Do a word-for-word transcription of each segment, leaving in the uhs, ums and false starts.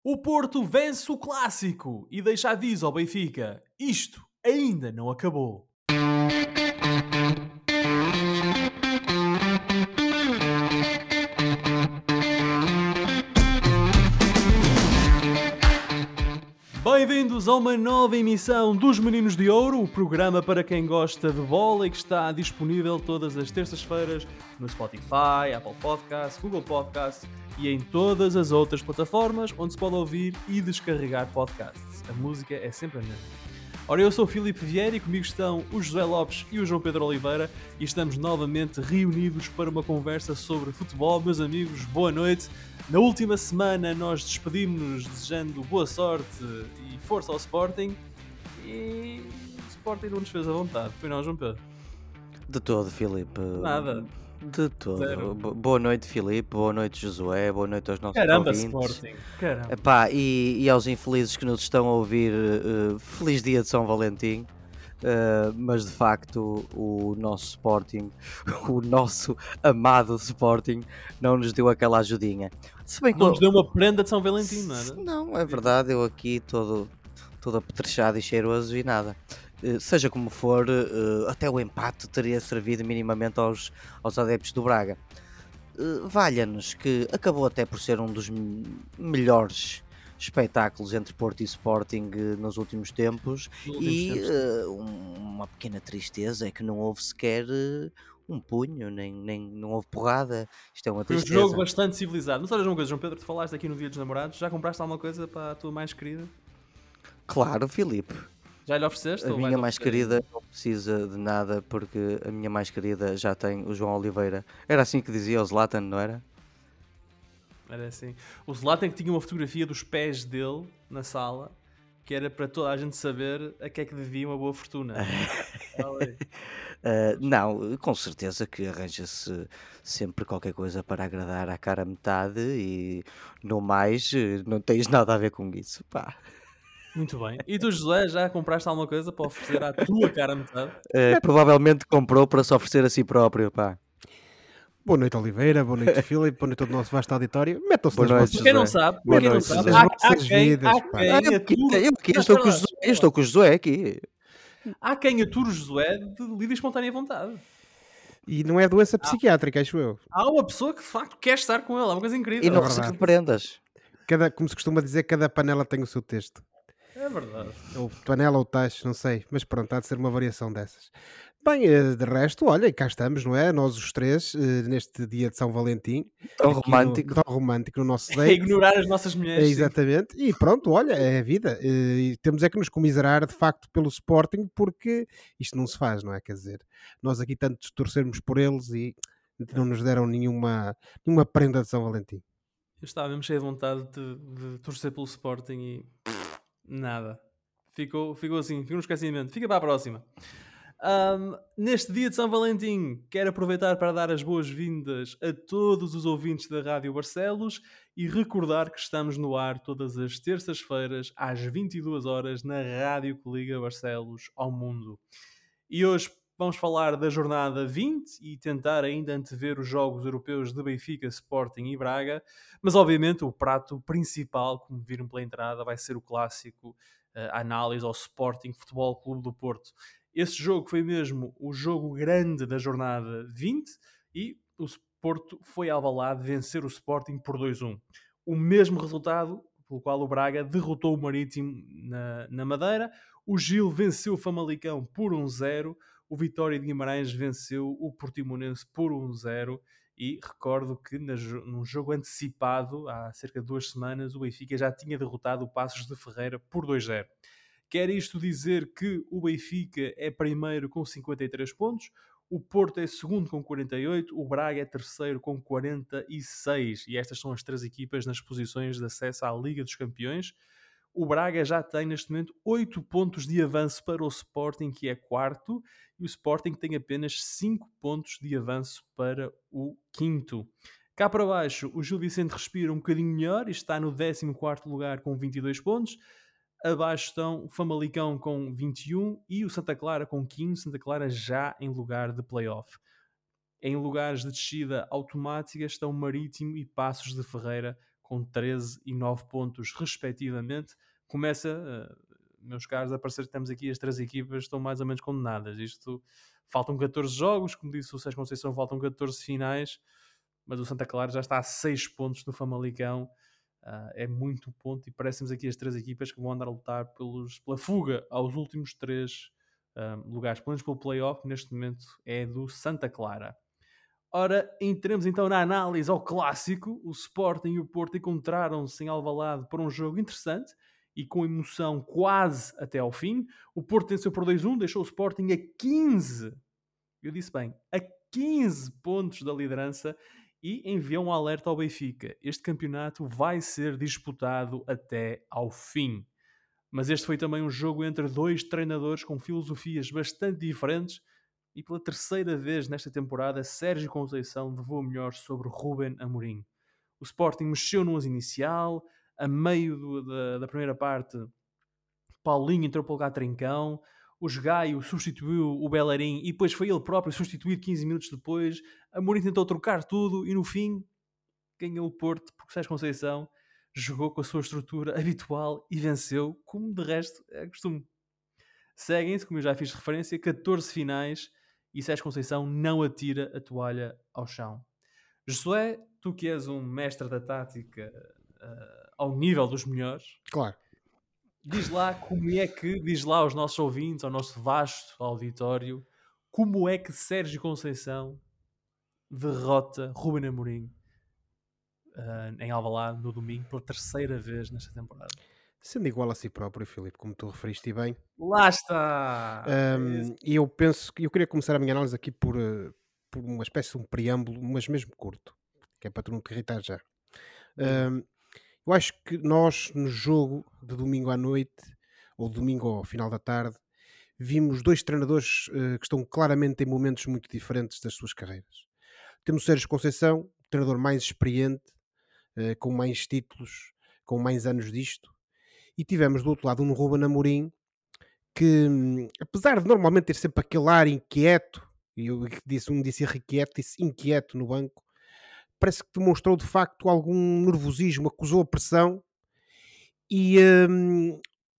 O Porto vence o Clássico e deixa aviso ao Benfica. Isto ainda não acabou. Bem-vindos a uma nova emissão dos Meninos de Ouro, o programa para quem gosta de bola e que está disponível todas as terças-feiras no Spotify, Apple Podcasts, Google Podcasts e em todas as outras plataformas onde se pode ouvir e descarregar podcasts. A música é sempre a mesma. Ora, eu sou o Filipe Vieira e comigo estão o José Lopes e o João Pedro Oliveira e estamos novamente reunidos para uma conversa sobre futebol. Meus amigos, boa noite. Na última semana nós despedimos-nos desejando boa sorte e força ao Sporting e o Sporting não nos fez a vontade. Foi não, João Pedro? De todo, Filipe. Nada. De todo. Zero. Bo- Boa noite, Filipe. Boa noite, Josué. Boa noite aos nossos Caramba, ouvintes. Sporting. Caramba. Epá, e, e aos infelizes que nos estão a ouvir, eh, feliz dia de São Valentim. Eh, mas de facto o nosso Sporting, o nosso amado Sporting, não nos deu aquela ajudinha. Se bem que Não eu- nos deu uma prenda de São Valentim, não era? Não, é verdade, eu aqui todo, todo apetrechado e cheiroso e nada. Eh, Seja como for, eh, até o empate teria servido minimamente aos, aos adeptos do Braga. Eh, Valha-nos que acabou até por ser um dos m- melhores espetáculos entre Porto e Sporting eh, nos últimos tempos. Nos últimos E tempos. eh, um- uma pequena tristeza é que não houve sequer eh, um punho, nem, nem não houve porrada. Isto é uma Foi um tristeza. jogo bastante civilizado. Mas olha uma coisa, João Pedro, tu falaste aqui no Dia dos Namorados, já compraste alguma coisa para a tua mais querida? Claro, Filipe. Já lhe ofereceste? A ou minha vais mais oferecer ainda? querida não precisa de nada porque a minha mais querida já tem o João Oliveira. Era assim que dizia o Zlatan, não era? Era assim. O Zlatan que tinha uma fotografia dos pés dele na sala, que era para toda a gente saber a que é que devia uma boa fortuna. Fala aí. Ah, não, com certeza que arranja-se sempre qualquer coisa para agradar à cara metade e no mais eh, não tens nada a ver com isso. Pá. Muito bem. E tu, José, já compraste alguma coisa para oferecer à tua cara a metade? Eh, provavelmente comprou para se oferecer a si próprio. Pá. Boa noite, Oliveira. Boa noite, Filipe. Boa noite todo o nosso vasto auditório. Metam-se Boa nas noite, vossas... Para quem não José. sabe, para Boa quem não noite, sabe, José. há, Nas há vossas quem, vidas, há pá. quem Ah, eu, aqui, ature... eu, aqui, eu Não, estou espera com o lá, Josué, espera eu lá. estou com o Josué aqui. Há quem ature o Josué de livre e espontânea vontade. E não é doença psiquiátrica, acho eu. Há uma pessoa que de facto quer estar com ele, é uma coisa E incrível. não É recebe verdade. prendas. Cada, como se costuma dizer, cada panela tem o seu texto. É verdade. Ou panela ou tacho, não sei. Mas pronto, há de ser uma variação dessas. Bem, eh, de resto, olha, e cá estamos, não é? Nós os três, eh, neste dia de São Valentim. Tão aqui romântico. No, tão romântico no nosso É date. ignorar as nossas É, mulheres. sim. exatamente, e pronto, olha, é a vida. eh, E temos é que nos comiserar de facto pelo Sporting, porque isto não se faz, não é? Quer dizer, nós aqui tanto torcermos por eles e não nos deram nenhuma, nenhuma prenda de São Valentim. Eu estava mesmo cheio de vontade de, de torcer pelo Sporting e nada. Ficou, ficou assim, ficou no esquecimento. Fica para a próxima. Ahm, neste dia de São Valentim, quero aproveitar para dar as boas-vindas a todos os ouvintes da Rádio Barcelos e recordar que estamos no ar todas as terças-feiras às vinte e duas horas na rádio que liga Barcelos ao mundo. E hoje vamos falar da jornada vinte e tentar ainda antever os jogos europeus de Benfica, Sporting e Braga, mas obviamente o prato principal, como viram pela entrada, vai ser o clássico, eh, a análise ao Sporting Futebol Clube do Porto. Esse jogo foi mesmo o jogo grande da jornada vinte e o Porto foi ao Alvalade vencer o Sporting por dois a um. O mesmo resultado pelo qual o Braga derrotou o Marítimo na, na Madeira. O Gil venceu o Famalicão por um zero. O Vitória de Guimarães venceu o Portimonense por um zero. E recordo que na, num jogo antecipado, há cerca de duas semanas, o Benfica já tinha derrotado o Passos de Ferreira por dois a zero. Quer isto dizer que o Benfica é primeiro com cinquenta e três pontos, o Porto é segundo com quarenta e oito, o Braga é terceiro com quarenta e seis. E estas são as três equipas nas posições de acesso à Liga dos Campeões. O Braga já tem neste momento oito pontos de avanço para o Sporting, que é quarto, e o Sporting tem apenas cinco pontos de avanço para o quinto. Cá para baixo, o Gil Vicente respira um bocadinho melhor e está no décimo quarto lugar com vinte e dois pontos. Abaixo estão o Famalicão com vinte e um e o Santa Clara com quinze. Santa Clara já em lugar de play-off. Em lugares de descida automática estão Marítimo e Passos de Ferreira com treze e nove pontos respectivamente. Começa, uh, meus caros, a parecer que temos aqui as três equipas estão mais ou menos condenadas. Isto, faltam catorze jogos, como disse o Sérgio Conceição, faltam catorze finais, mas o Santa Clara já está a seis pontos do Famalicão. Uh, é muito ponto e parecem-nos aqui as três equipas que vão andar a lutar pelos, pela fuga aos últimos três uh, lugares, pelo menos pelo play-off, neste momento é do Santa Clara. Ora, entremos então na análise ao clássico. O Sporting e o Porto encontraram-se em Alvalade para um jogo interessante e com emoção quase até ao fim. O Porto venceu por dois a um, deixou o Sporting a quinze, eu disse bem, a quinze pontos da liderança, e enviou um alerta ao Benfica. Este campeonato vai ser disputado até ao fim. Mas este foi também um jogo entre dois treinadores com filosofias bastante diferentes e pela terceira vez nesta temporada Sérgio Conceição levou melhor sobre Ruben Amorim. O Sporting mexeu no onze inicial, a meio do, da, da primeira parte Paulinho entrou para o lugar Trincão, o Gaio substituiu o Bellerin e depois foi ele próprio substituído quinze minutos depois. Amorim tentou trocar tudo e no fim ganhou o Porto porque Sérgio Conceição jogou com a sua estrutura habitual e venceu, como de resto é costume. Seguem-se, como eu já fiz referência, catorze finais e Sérgio Conceição não atira a toalha ao chão. Josué, tu que és um mestre da tática uh, ao nível dos melhores, Claro. Diz lá como é que, diz lá aos nossos ouvintes, ao nosso vasto auditório, como é que Sérgio Conceição derrota Ruben Amorim uh, em Alvalade no domingo pela terceira vez nesta temporada. Sendo igual a si próprio, Filipe, como tu referiste bem. Lá está! Um, e eu penso que eu queria começar a minha análise aqui por, uh, por uma espécie de um preâmbulo, mas mesmo curto, que é para tu não te irritar já. Um, eu acho que nós, no jogo de domingo à noite, ou domingo ao final da tarde, vimos dois treinadores uh, que estão claramente em momentos muito diferentes das suas carreiras. Temos o Sérgio Conceição, o treinador mais experiente, uh, com mais títulos, com mais anos disto, e tivemos do outro lado um Ruben Amorim que, apesar de normalmente ter sempre aquele ar inquieto, e eu disse, um disse irrequieto, disse inquieto no banco, parece que demonstrou de facto algum nervosismo, acusou a pressão e hum,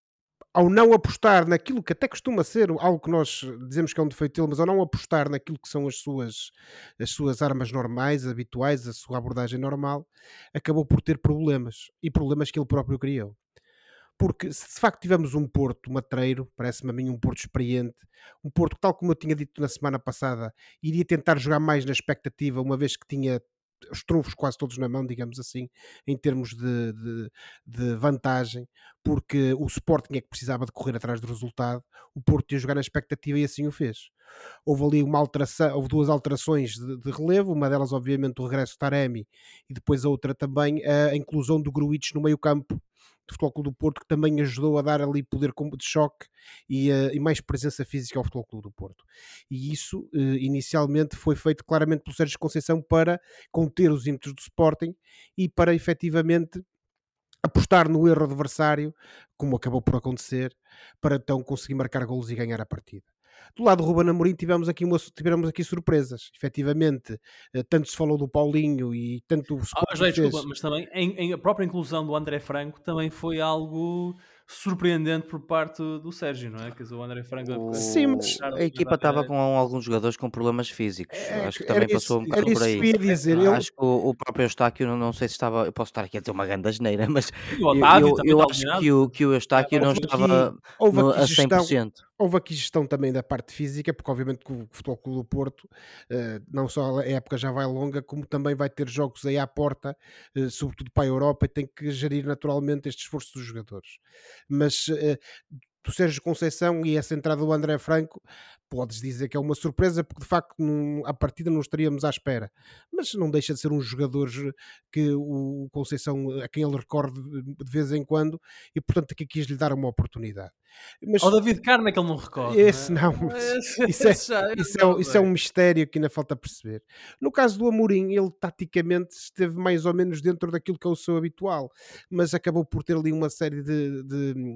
ao não apostar naquilo que até costuma ser algo que nós dizemos que é um defeito dele, mas ao não apostar naquilo que são as suas, as suas armas normais, habituais, a sua abordagem normal, acabou por ter problemas, e problemas que ele próprio criou. Porque se de facto tivermos um Porto matreiro, parece-me a mim um Porto experiente, um Porto que, tal como eu tinha dito na semana passada, iria tentar jogar mais na expectativa, uma vez que tinha os trunfos quase todos na mão, digamos assim, em termos de, de, de vantagem, porque o Sporting é que precisava de correr atrás do resultado, o Porto ia jogar na expectativa e assim o fez. Houve ali uma alteração, houve duas alterações de, de relevo, uma delas obviamente o regresso do Taremi e depois a outra também a inclusão do Gruitch no meio campo do Futebol Clube do Porto, que também ajudou a dar ali poder de choque e, uh, e mais presença física ao Futebol Clube do Porto. E isso uh, inicialmente foi feito claramente pelo Sérgio Conceição para conter os ímpetos do Sporting e para efetivamente apostar no erro adversário, como acabou por acontecer, para então conseguir marcar golos e ganhar a partida. Do lado do Ruben Amorim tivemos aqui, uma, tivemos aqui surpresas. Efetivamente, tanto se falou do Paulinho e tanto o ah, já, desculpa, mas também em, em a própria inclusão do André Franco também foi algo surpreendente por parte do Sérgio, não é? Quer dizer, o André Franco... O... Sim, mas a equipa estava com alguns jogadores com problemas físicos. É, acho que também passou um bocado por aí. Isso que dizer. Acho ele... que o, o próprio Eustáquio, não, não sei se estava... Eu posso estar aqui a ter uma grande asneira, mas o Otávio eu, também eu, eu está acho que o, que o Eustáquio não estava aqui, houve no, aqui a gestão, cem por cento. Houve aqui gestão também da parte física, porque obviamente que o Futebol Clube do Porto, uh, não só a época já vai longa, como também vai ter jogos aí à porta, uh, sobretudo para a Europa, e tem que gerir naturalmente este esforço dos jogadores. Mas uh, do Sérgio Conceição e essa entrada do André Franco, podes dizer que é uma surpresa, porque de facto não, à partida não estaríamos à espera, mas não deixa de ser um jogador que o Conceição, a quem ele recorre de vez em quando, e portanto que quis lhe dar uma oportunidade. Mas, ao David Carmo é que ele não recorre. Esse não, não, esse, isso, é, já, isso, é, isso é um mistério que ainda falta perceber. No caso do Amorim, ele taticamente esteve mais ou menos dentro daquilo que é o seu habitual, mas acabou por ter ali uma série de, de,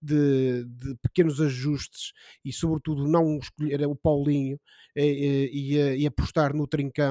de, de pequenos ajustes e sobretudo não escolher o Paulinho e, e, e apostar no Trincão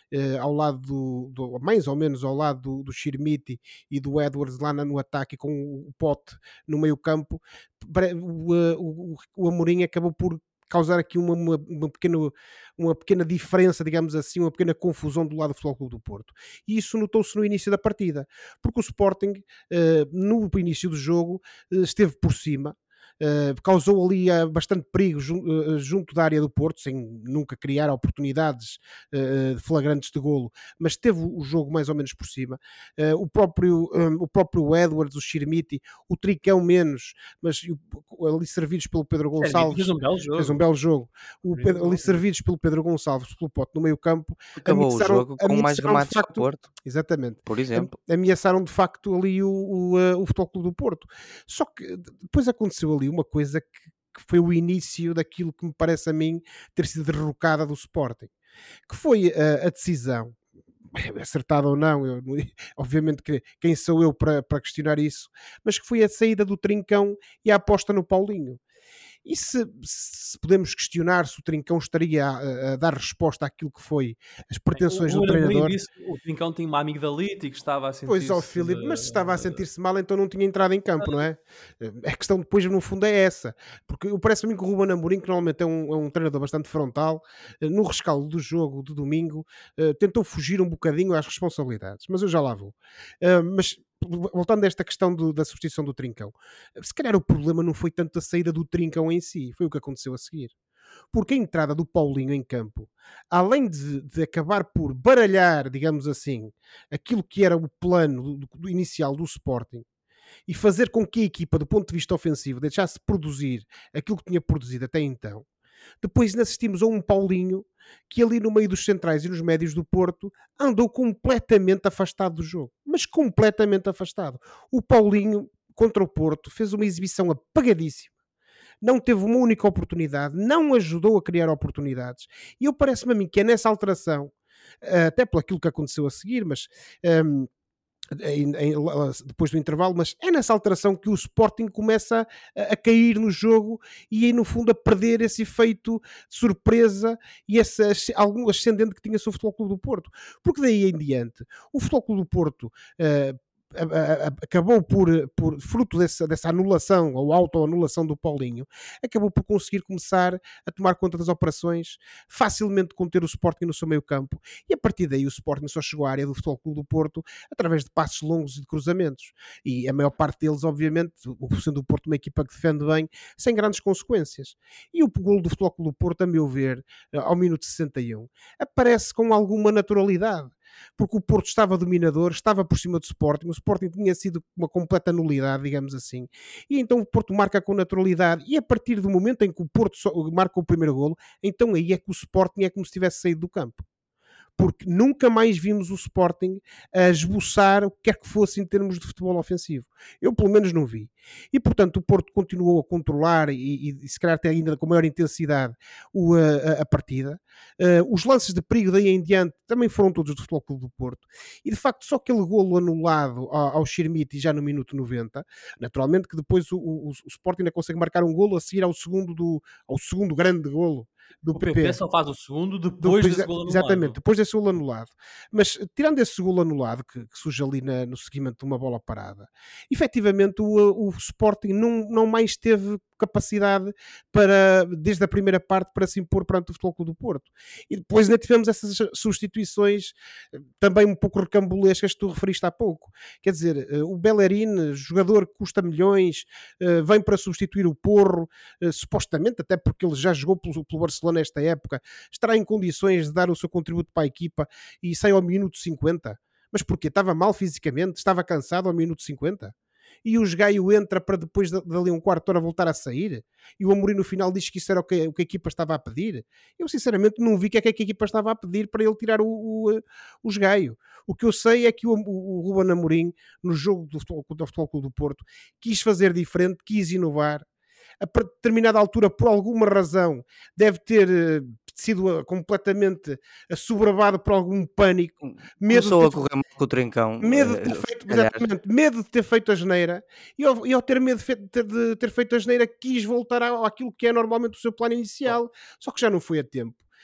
eh, ao lado do, do- mais ou menos ao lado do, do Schirmiti e do Edwards lá na- no ataque, e com o Pote no meio campo, pare- o, eh, o, o- o Amorim acabou por causar aqui uma, uma, uma pequena, uma pequena diferença, digamos assim, uma pequena confusão do lado do Futebol Clube do Porto. E isso notou-se no início da partida, porque o Sporting, eh, no início do jogo, eh, esteve por cima, eh, causou ali eh, bastante perigo jun- eh, junto da área do Porto, sem nunca criar oportunidades eh, flagrantes de golo, mas teve o jogo mais ou menos por cima. Eh, o, próprio, um, o próprio Edwards, o Schirmiti, o Tricão menos, mas o- ali servidos pelo Pedro Sério, Gonçalves, fez um belo fez um jogo. belo jogo. O Fez um Pedro, ali bom jogo. servidos pelo Pedro Gonçalves, pelo Pote no meio campo, Acabou o ameaçaram, jogo com mais ameaçaram de remates ao facto, Porto, exatamente, por exemplo. ameaçaram de facto ali o, o, eh, o Futebol Clube do Porto. Só que depois aconteceu ali uma coisa que, que foi o início daquilo que me parece a mim ter sido derrocada do Sporting, que foi a, a decisão, acertada ou não, eu, obviamente que quem sou eu para, para questionar isso, mas que foi a saída do Trincão e a aposta no Paulinho. E se, se podemos questionar se o Trincão estaria a, a dar resposta àquilo que foi as Bem, pretensões o do o Amorim treinador, disse que o Trincão tinha uma amigdalite e que estava a pois, ó sentir-se. Filipe, mas se estava a eh, sentir-se mal, então não tinha entrado em campo, não é? A questão depois, no fundo, é essa. Porque parece-me que o Ruben Amorim, que normalmente é um, é um treinador bastante frontal, eh, no rescaldo do jogo de domingo, eh, tentou fugir um bocadinho às responsabilidades. Mas eu já lá vou. Ah, mas voltando a esta questão do- da substituição do Trincão, se calhar o problema não foi tanto a saída do Trincão em si, foi o que aconteceu a seguir. Porque a entrada do Paulinho em campo, além de, de acabar por baralhar, digamos assim, aquilo que era o plano do, do inicial do Sporting e fazer com que a equipa, do ponto de vista ofensivo, deixasse produzir aquilo que tinha produzido até então, depois ainda assistimos a um Paulinho que ali no meio dos centrais e nos médios do Porto andou completamente afastado do jogo. Mas completamente afastado. O Paulinho, contra o Porto, fez uma exibição apagadíssima, não teve uma única oportunidade, não ajudou a criar oportunidades. E eu parece-me a mim que é nessa alteração, eh, até por aquilo que aconteceu a seguir, mas ehm, em- em- depois do intervalo, mas é nessa alteração que o Sporting começa a, a cair no jogo e aí no fundo a perder esse efeito de surpresa e esse asc- algum ascendente que tinha sobre o Futebol Clube do Porto, porque daí em diante o Futebol Clube do Porto eh, a- a- a- acabou por, por fruto dessa, dessa anulação ou autoanulação do Paulinho, acabou por conseguir começar a tomar conta das operações, facilmente conter o Sporting no seu meio campo, e a partir daí o Sporting só chegou à área do Futebol Clube do Porto através de passos longos e de cruzamentos. E a maior parte deles, obviamente, o- sendo o Porto uma equipa que defende bem, sem grandes consequências. E o golo do Futebol Clube do Porto, a meu ver, eh, ao minuto sessenta e um, aparece com alguma naturalidade. Porque o Porto estava dominador, estava por cima do Sporting, o Sporting tinha sido uma completa nulidade, digamos assim, e então o Porto marca com naturalidade, e a partir do momento em que o Porto só- marca o primeiro golo, então aí é que o Sporting é como se tivesse saído do campo, porque nunca mais vimos o Sporting a esboçar o que quer que fosse em termos de futebol ofensivo. Eu, pelo menos, não vi. E, portanto, o Porto continuou a controlar e, e, e se calhar até ainda com maior intensidade o, a, a partida. Uh, os lances de perigo daí em diante também foram todos do Futebol Clube do Porto. E, de facto, só aquele golo anulado ao, ao Schirmiti já no minuto noventa, naturalmente que depois o, o, o Sporting ainda consegue marcar um golo a seguir ao segundo, do, ao segundo grande golo do O P P P P. só faz o segundo Do- depois pois, desse gol exatamente, anulado. depois desse golo anulado. Mas tirando esse golo anulado que, que surge ali na- no seguimento de uma bola parada, efetivamente o, o Sporting não, não mais teve capacidade para, desde a primeira parte, para se impor perante o Futebol Clube do Porto. E depois ainda tivemos essas substituições eh, também um pouco recambulescas que tu referiste há pouco. Quer dizer, eh, o Bellerin, jogador que custa milhões, eh, vem para substituir o Porro, eh, supostamente, até porque ele já jogou pelo, pelo Barcelona nesta época, estará em condições de dar o seu contributo para a equipa e sai ao minuto cinquenta. Mas porquê? Estava mal fisicamente? Estava cansado ao minuto cinquenta? E o Gaio entra para depois dali um quarto de hora voltar a sair? E o Amorim no final diz que isso era o que, o que a equipa estava a pedir? Eu sinceramente não vi o que é que a equipa estava a pedir para ele tirar o, o, o Gaio. O que eu sei é que o, o, o Ruben Amorim, no jogo do Futebol, do Futebol Clube do Porto, quis fazer diferente, quis inovar. A determinada altura, por alguma razão, deve ter uh, sido uh, completamente assoberbado por algum pânico, medo Começou de a ter, correr mal com o Trincão, medo de ter eh, feito, se calhar. exatamente, medo de ter feito a geneira, e ao, e ao ter medo de, fe- de- de ter feito a geneira, quis voltar à- àquilo que é normalmente o seu plano inicial, só que já não foi a tempo.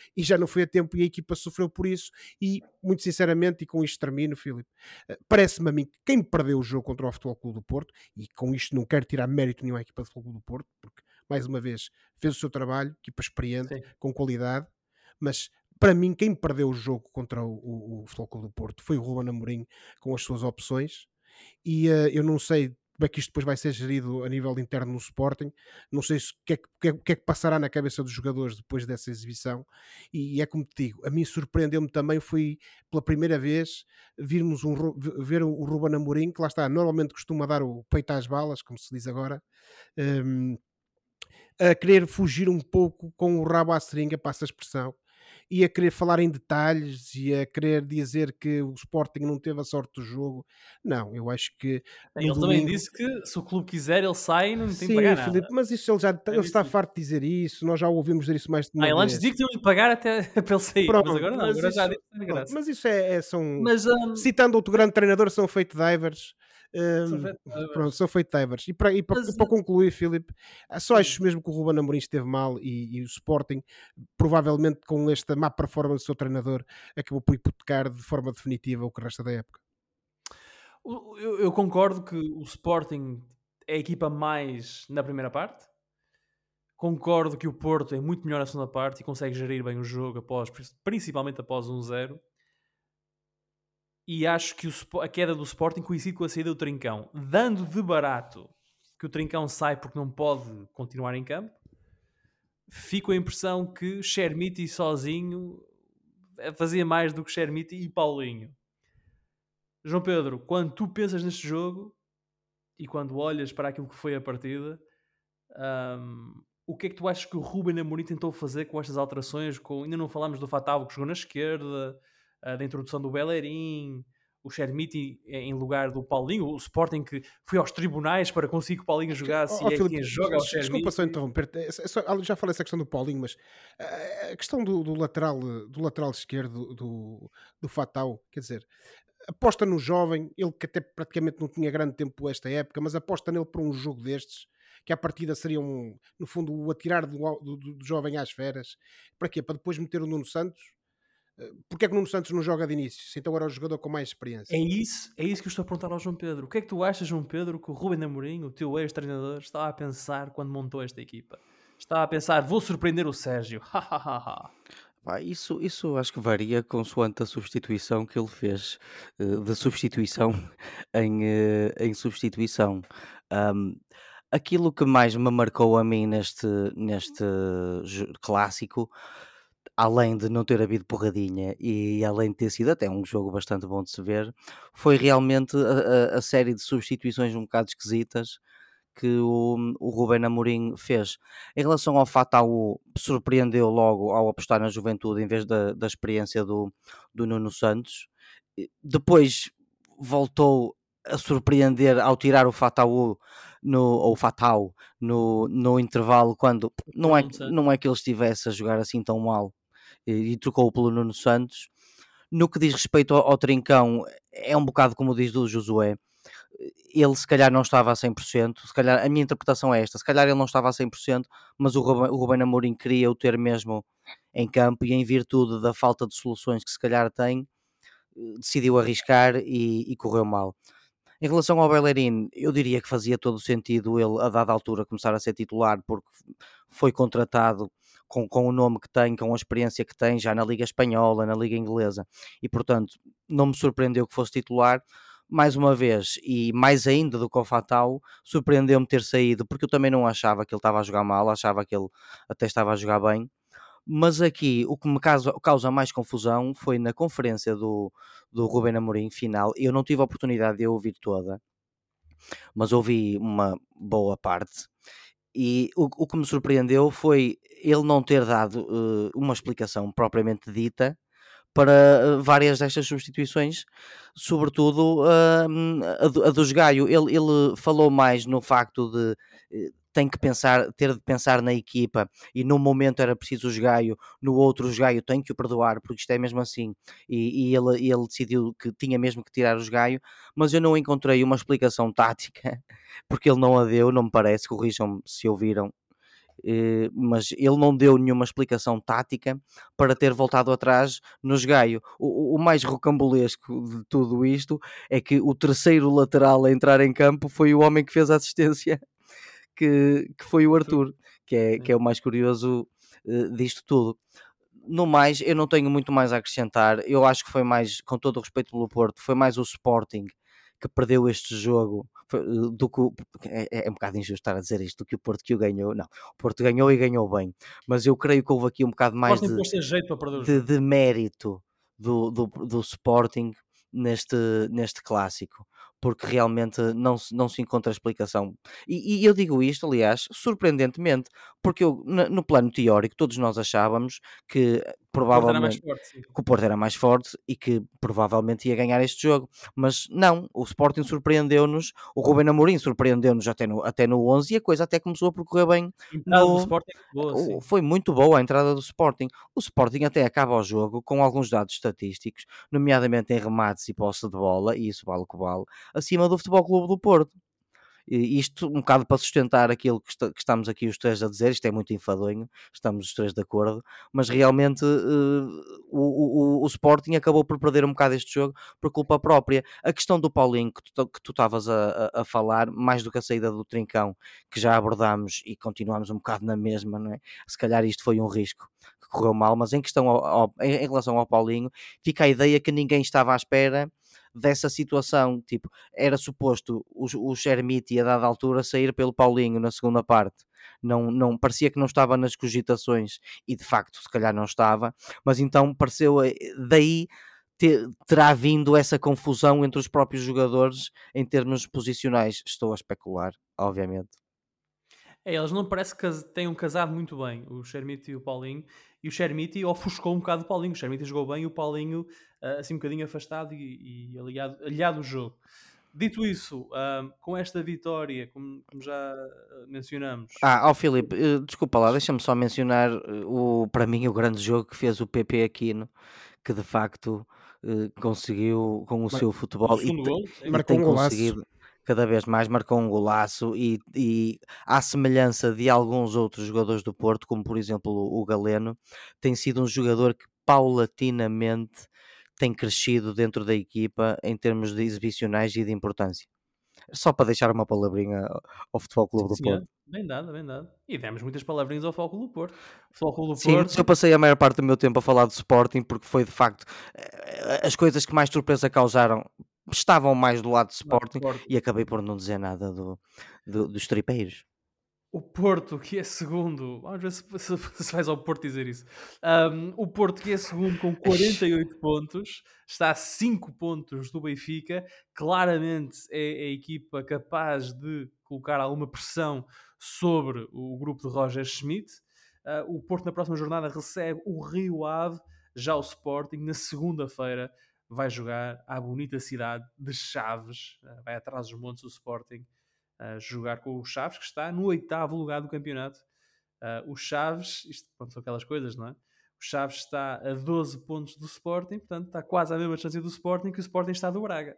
e já não foi a tempo e a equipa sofreu por isso. E muito sinceramente, e com isto termino, Filipe, eh, parece-me a mim que quem perdeu o jogo contra o Futebol Clube do Porto, e com isto não quero tirar mérito nenhum à equipa do Futebol Clube do Porto, porque mais uma vez fez o seu trabalho, equipa experiente, Sim. com qualidade, mas para mim quem perdeu o jogo contra o, o, o Futebol Clube do Porto foi o Ruben Amorim com as suas opções. E uh, eu não sei como é que isto depois vai ser gerido a nível interno no Sporting, não sei o que, é que, que, é, que é que passará na cabeça dos jogadores depois dessa exibição, e é como te digo, a mim surpreendeu-me também, foi pela primeira vez virmos um, ver o Ruben Amorim, que lá está, normalmente costuma dar o peito às balas, como se diz agora, um, a querer fugir um pouco com o rabo à seringa, passa a expressão, e a querer falar em detalhes e a querer dizer que o Sporting não teve a sorte do jogo. Não, eu acho que no Ele também domingo... disse que se o clube quiser, ele sai e não tem de Sim, pagar Filipe, nada. mas isso ele já Já ele disse está isso. farto de dizer isso, nós já o ouvimos dizer isso mais de Ah, uma ele antes vez. dizia que tinham de pagar até para ele sair, Pronto, mas agora não, mas agora isso, já disse de pronto, graça. mas isso é, é- são, Mas hum, citando outro grande treinador, são feito divers. são hum, pronto, veteranos. são feito divers. E para, e para, Mas e para concluir, Filipe, só sim. acho mesmo que o Ruben Amorim esteve mal e, e o Sporting, provavelmente com esta má performance do seu treinador, acabou por hipotecar de forma definitiva o que resta da época. O- Eu, eu concordo que o Sporting é a equipa mais na primeira parte. Concordo que o Porto é muito melhor na segunda parte e consegue gerir bem o jogo, após, principalmente após um zero. E acho que o Spo- a queda do Sporting coincide com a saída do Trincão. Dando de barato que o Trincão sai porque não pode continuar em campo, fico a impressão que Chermiti sozinho eh, fazia mais do que Chermiti e Paulinho. João Pedro, quando tu pensas neste jogo e quando olhas para aquilo que foi a partida, hum, o que é que tu achas que o Ruben Amorim tentou fazer com estas alterações? Com, ainda não falámos do Fatavo que jogou na esquerda, ah, da introdução do Bellerin, o Chermiti em lugar do Paulinho, o Sporting que foi aos tribunais para conseguir que o Paulinho jogasse Ó, ó, e é Filipe, quem joga ao des- desculpa só Chermiti. interromper. Já falei essa questão do Paulinho, mas eh, a questão do, do lateral, eh, do lateral esquerdo do, do Fatau, quer dizer, aposta no jovem, ele que até praticamente não tinha grande tempo esta época, mas aposta nele para um jogo destes, que à partida seria um, no fundo, o atirar do, do, do jovem às feras. Para quê? Para depois meter o Nuno Santos? Eh, Porquê é que o Nuno Santos não joga de início? Se então era o jogador com mais É experiência. isso, é isso que eu estou a perguntar ao João Pedro. O que é que tu achas, João Pedro, que o Ruben Amorim, o teu ex-treinador, estava a pensar quando montou esta equipa? Estava a pensar, vou surpreender o Sérgio. Ha, ha, ha, ha. Pá, isso, isso acho que varia consoante a substituição que ele fez, eh, de substituição em, eh, em substituição. Ahm, Aquilo que mais me marcou a mim neste, neste jo- clássico, além de não ter havido porradinha e além de ter sido até um jogo bastante bom de se ver, foi realmente a, a- a série de substituições um bocado esquisitas que o, o Ruben Amorim fez. Em relação ao Fataú, surpreendeu logo ao apostar na juventude em vez da, da experiência do, do Nuno Santos. E depois voltou a surpreender ao tirar o Fataú no, ou o Fatau no, no intervalo, quando Por não é, Nuno Santos. não é que ele estivesse a jogar assim tão mal, e, e trocou pelo Nuno Santos. No que diz respeito ao, ao Trincão, é um bocado como diz do Josué, ele se calhar não estava a cem por cento, se calhar, a minha interpretação é esta, se calhar ele não estava a cem por cento, mas o Ruben, o Ruben Amorim queria o ter mesmo em campo e em virtude da falta de soluções que se calhar tem, eh, decidiu arriscar e, e correu mal. Em relação ao Bellerin, eu diria que fazia todo o sentido ele, a dada altura, começar a ser titular, porque foi contratado com, com o nome que tem, com a experiência que tem, já na Liga Espanhola, na Liga Inglesa, e portanto não me surpreendeu que fosse titular. Mais uma vez, e mais ainda do que o Fatal, surpreendeu-me ter saído, porque eu também não achava que ele estava a jogar mal, achava que ele até estava a jogar bem. Mas aqui o que me causa, causa mais confusão foi na conferência do, do Ruben Amorim final. Eu não tive a oportunidade de a ouvir toda, mas ouvi uma boa parte. E o, o que me surpreendeu foi ele não ter dado uh, uma explicação propriamente dita para uh, várias destas substituições, sobretudo uh, a, do, a dos Gaio. Ele, ele falou mais no facto de uh, tem que pensar, ter de pensar na equipa, e num momento era preciso o Gaio, no outro o Gaio tem que o perdoar, porque isto é mesmo assim, e, e ele, ele decidiu que tinha mesmo que tirar os Gaio, mas eu não encontrei uma explicação tática, porque ele não a deu, não me parece, corrijam-me se ouviram, eh, mas ele não deu nenhuma explicação tática para ter voltado atrás no esgaio. O, o mais rocambolesco de tudo isto é que o terceiro lateral a entrar em campo foi o homem que fez a assistência, que, que foi o Arthur, que é, que é o mais curioso eh, disto tudo. No mais, eu não tenho muito mais a acrescentar. Eu acho que foi mais, com todo o respeito pelo Porto, foi mais o Sporting que perdeu este jogo foi, eh, do que o, é, é um bocado injusto estar a dizer isto, do que o Porto que o ganhou. Não, o Porto ganhou e ganhou bem, mas eu creio que houve aqui um bocado mais Sporting de, pôs-se a jeito para perder o de, jogo. de mérito do, do, do Sporting neste, neste clássico, porque realmente não se, não se encontra explicação. E, e eu digo isto, aliás, surpreendentemente, porque eu, no, no plano teórico, todos nós achávamos que O Porto era mais provavelmente forte, sim. que o Porto era mais forte e que provavelmente ia ganhar este jogo, mas não, o Sporting surpreendeu-nos, o Ruben Amorim surpreendeu-nos até no, até no onze e a coisa até começou a percorrer bem. A entrada do No, Sporting é boa, o- sim. foi muito boa a entrada do Sporting. O Sporting até acaba o jogo com alguns dados estatísticos, nomeadamente em remates e posse de bola, e isso vale o que vale, acima do Futebol Clube do Porto. E isto um bocado para sustentar aquilo que, está- que estamos aqui os três a dizer, isto é muito enfadonho, estamos os três de acordo, mas realmente eh, o, o, o Sporting acabou por perder um bocado este jogo por culpa própria. A questão do Paulinho que tu que tu estavas a, a, a falar, mais do que a saída do Trincão, que já abordámos e continuamos um bocado na mesma, não é? Se calhar isto foi um risco que correu mal, mas em questão ao, ao, em em relação ao Paulinho, fica a ideia que ninguém estava à espera dessa situação, tipo, era suposto o, o Xermiti a dada altura sair pelo Paulinho na segunda parte, não, não, parecia que não estava nas cogitações e de facto se calhar não estava, mas então pareceu, eh, daí te- terá vindo essa confusão entre os próprios jogadores em termos posicionais, estou a especular, obviamente. É, eles não parece que cas- tenham casado muito bem, o Xermiti e o Paulinho, e o Xermiti ofuscou um bocado o Paulinho. O Xermiti jogou bem e o Paulinho ah, assim um bocadinho afastado e, e aliado, aliado o jogo. Dito isso, ah, com esta vitória, como, como já ah, mencionamos, Ah, ao Filipe, eh, desculpa lá, deixa-me só mencionar eh, o, para mim o grande jogo que fez o P P Aquino, que de facto eh, conseguiu com o Mar- seu o futebol e, segundo te- gol, sim. e Marcou tem um golaço. conseguido cada vez mais, marcou um golaço e, e à semelhança de alguns outros jogadores do Porto, como por exemplo o Galeno, tem sido um jogador que paulatinamente tem crescido dentro da equipa em termos de exibicionais e de importância. Só para deixar uma palavrinha ao ao Futebol Clube Sim, do Porto. senhor. Bem dado, bem dado. E demos muitas palavrinhas ao Futebol Clube do Porto. O Futebol Clube do Sim, mas eu Porto, passei a maior parte do meu tempo a falar de Sporting porque foi de facto eh, as coisas que mais surpresa causaram estavam mais do lado de lá do Sporting Sporting. e acabei por não dizer nada do, do- dos tripeiros. O Porto, que é segundo, vamos ver se, se, se vais ao Porto dizer isso. Um, o Porto, que é segundo com quarenta e oito pontos, está a cinco pontos do Benfica. Claramente é a equipa capaz de colocar alguma pressão sobre o grupo de Roger Schmidt. Uh, o Porto, na próxima jornada, recebe o Rio Ave. Já o Sporting, na segunda-feira, vai jogar à bonita cidade de Chaves. Uh, vai atrás dos montes o Sporting a jogar com o Chaves, que está no oitavo lugar do campeonato. Uh, o Chaves, isto pronto, são aquelas coisas, não é? O Chaves está a doze pontos do Sporting, portanto está quase à mesma distância do Sporting que o Sporting está do Braga.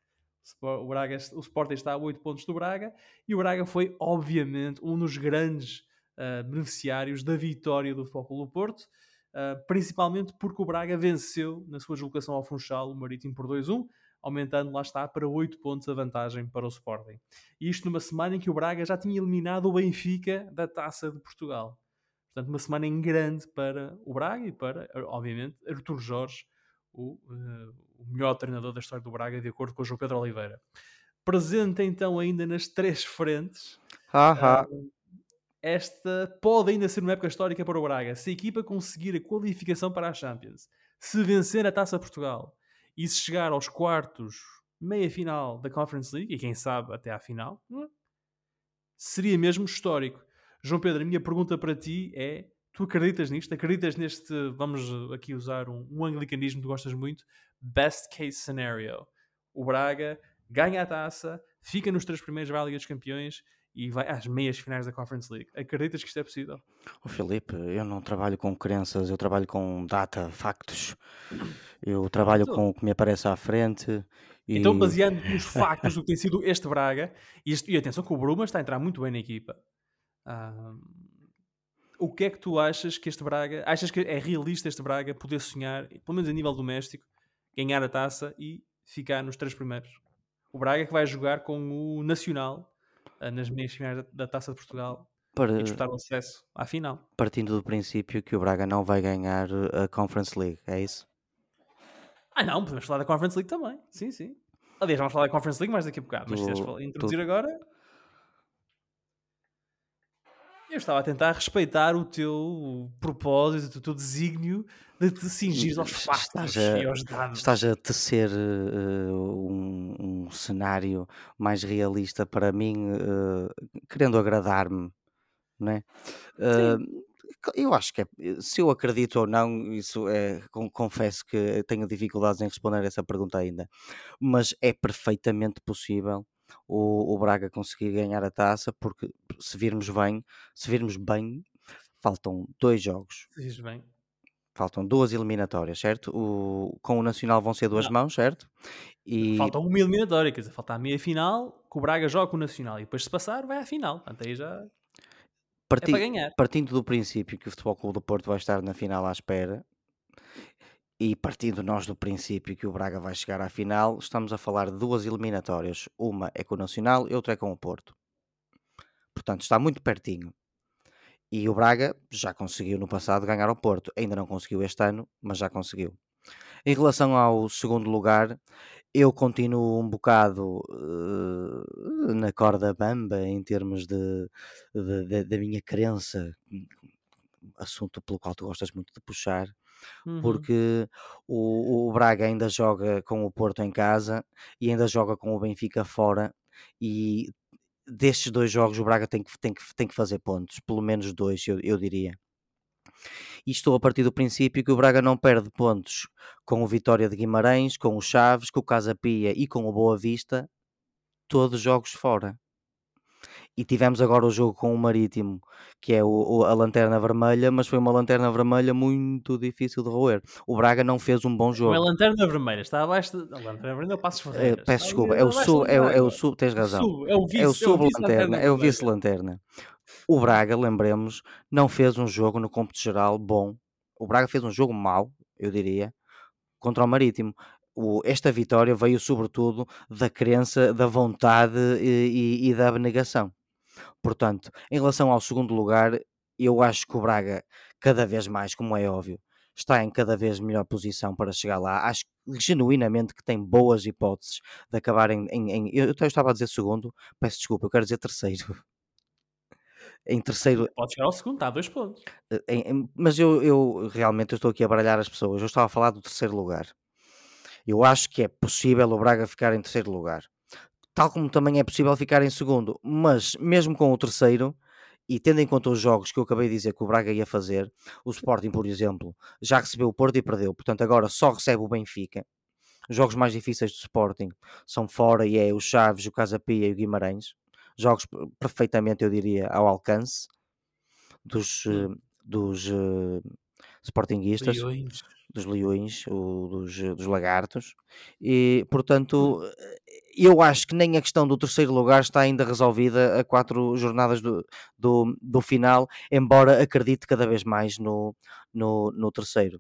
O, Braga, o Sporting está a oito pontos do Braga e o Braga foi, obviamente, um dos grandes uh, beneficiários da vitória do Futebol Clube do Porto, uh, principalmente porque o Braga venceu na sua deslocação ao Funchal o Marítimo por dois a um, aumentando, lá está, para oito pontos a vantagem para o Sporting. E isto numa semana em que o Braga já tinha eliminado o Benfica da Taça de Portugal. Portanto, uma semana em grande para o Braga e para, obviamente, Artur Jorge, o, uh, o melhor treinador da história do Braga, de acordo com o João Pedro Oliveira. Presente então ainda nas três frentes, Haha. uh, esta pode ainda ser uma época histórica para o Braga. Se a equipa conseguir a qualificação para a Champions, se vencer a Taça de Portugal e se chegar aos quartos, meia-final da Conference League, e quem sabe até à final, seria mesmo histórico. João Pedro, a minha pergunta para ti é: tu acreditas nisto? Acreditas neste, vamos aqui usar um, um anglicanismo que tu gostas muito, best case scenario? O Braga ganha a taça, fica nos três primeiros da Liga dos Campeões e vai às meias finais da Conference League. Acreditas que isto é possível? Oh, Filipe, eu não trabalho com crenças, eu trabalho com data, factos. Eu trabalho Pronto. com o que me aparece à frente e Então, baseando nos factos do que tem sido este Braga, e, este- e atenção que o Bruma está a entrar muito bem na equipa. Ah, o que é que tu achas que este Braga, achas que é realista este Braga poder sonhar, pelo menos a nível doméstico, ganhar a taça e ficar nos três primeiros? O Braga que vai jogar com o Nacional ah, nas meias finais da, da Taça de Portugal e Para, disputar o acesso à final. partindo do princípio que o Braga não vai ganhar a Conference League, é isso? Ah não, podemos falar da Conference League também. Sim, sim. Aliás, vamos falar da Conference League mais daqui a bocado, mas se Do- queres falar- introduzir do- agora... Eu estava a tentar respeitar o teu propósito, o teu desígnio de te cingir aos Estás factos a- e aos dados. Estás a tecer eh, um, um cenário mais realista para mim, eh, querendo agradar-me, não é? Eh, Sim. eu acho que é, se eu acredito ou não, isso é, con- confesso que tenho dificuldades em responder essa pergunta ainda, mas é perfeitamente possível o, o Braga conseguir ganhar a taça, porque se virmos bem, se virmos bem, faltam dois jogos. Diz bem. Faltam duas eliminatórias, certo? O, com o Nacional vão ser duas Não, mãos, certo? E falta uma eliminatória, quer dizer, falta a meia final, que o Braga joga com o Nacional e depois se passar vai à final. Portanto, aí já é para parti- ganhar. partindo do princípio que o Futebol Clube do Porto vai estar na final à espera, e partindo nós do princípio que o Braga vai chegar à final, estamos a falar de duas eliminatórias. Uma é com o Nacional e outra é com o Porto. Portanto, está muito pertinho. E o Braga já conseguiu no passado ganhar ao Porto. Ainda não conseguiu este ano, mas já conseguiu. Em relação ao segundo lugar, eu continuo um bocado eh, na corda bamba em termos de, de- de- da minha crença, assunto pelo qual tu gostas muito de puxar, Uhum. porque o, o Braga ainda joga com o Porto em casa e ainda joga com o Benfica fora, e destes dois jogos o Braga tem que, tem que, tem que fazer pontos, pelo menos dois, eu, eu diria. E estou a partir do princípio que o Braga não perde pontos com o Vitória de Guimarães, com o Chaves, com o Casa Pia e com o Boa Vista, todos jogos fora. E tivemos agora o jogo com o Marítimo, que é o, o- a Lanterna Vermelha, mas foi uma Lanterna Vermelha muito difícil de roer. O Braga não fez um bom Não é jogo. lanterna vermelha, está abaixo da a lanterna vermelha é o Passos Eh, Ferreiras. peço Está ali desculpa, é o abaixo sub, da é, o- é o água. sub, tens O razão. sub, é o É o vice, é o sub-lanterna, vice-lanterna é o vermelha. vice-lanterna. O Braga, lembremos, não fez um jogo no cômputo geral bom. O Braga fez um jogo mau, eu diria, contra o Marítimo. O- esta vitória veio sobretudo da crença, da vontade e, e- e da abnegação. Portanto, em relação ao segundo lugar, eu acho que o Braga, cada vez mais, como é óbvio, está em cada vez melhor posição para chegar lá. Acho genuinamente que tem boas hipóteses de acabar em. em- em- eu, eu estava a dizer segundo, peço desculpa, eu quero dizer terceiro. Em terceiro, Pode chegar ao segundo, está a dois pontos. eh, em- em- mas eu, eu realmente eu estou aqui a baralhar as pessoas. Eu estava a falar do terceiro lugar. Eu acho que é possível o Braga ficar em terceiro lugar, tal como também é possível ficar em segundo, mas mesmo com o terceiro, e tendo em conta os jogos que eu acabei de dizer que o Braga ia fazer, o Sporting, por exemplo, já recebeu o Porto e perdeu, portanto agora só recebe o Benfica. Os jogos mais difíceis do Sporting são fora, e é o Chaves, o Casa Pia e o Guimarães, jogos perfeitamente, eu diria, ao alcance dos, Hum. eh, dos eh, Sportinguistas, Leões. dos Leões, ou dos, eh, dos Lagartos, e Hum. portanto eu acho que nem a questão do terceiro lugar está ainda resolvida a quatro jornadas do, do, do final, embora acredite cada vez mais no, no, no terceiro.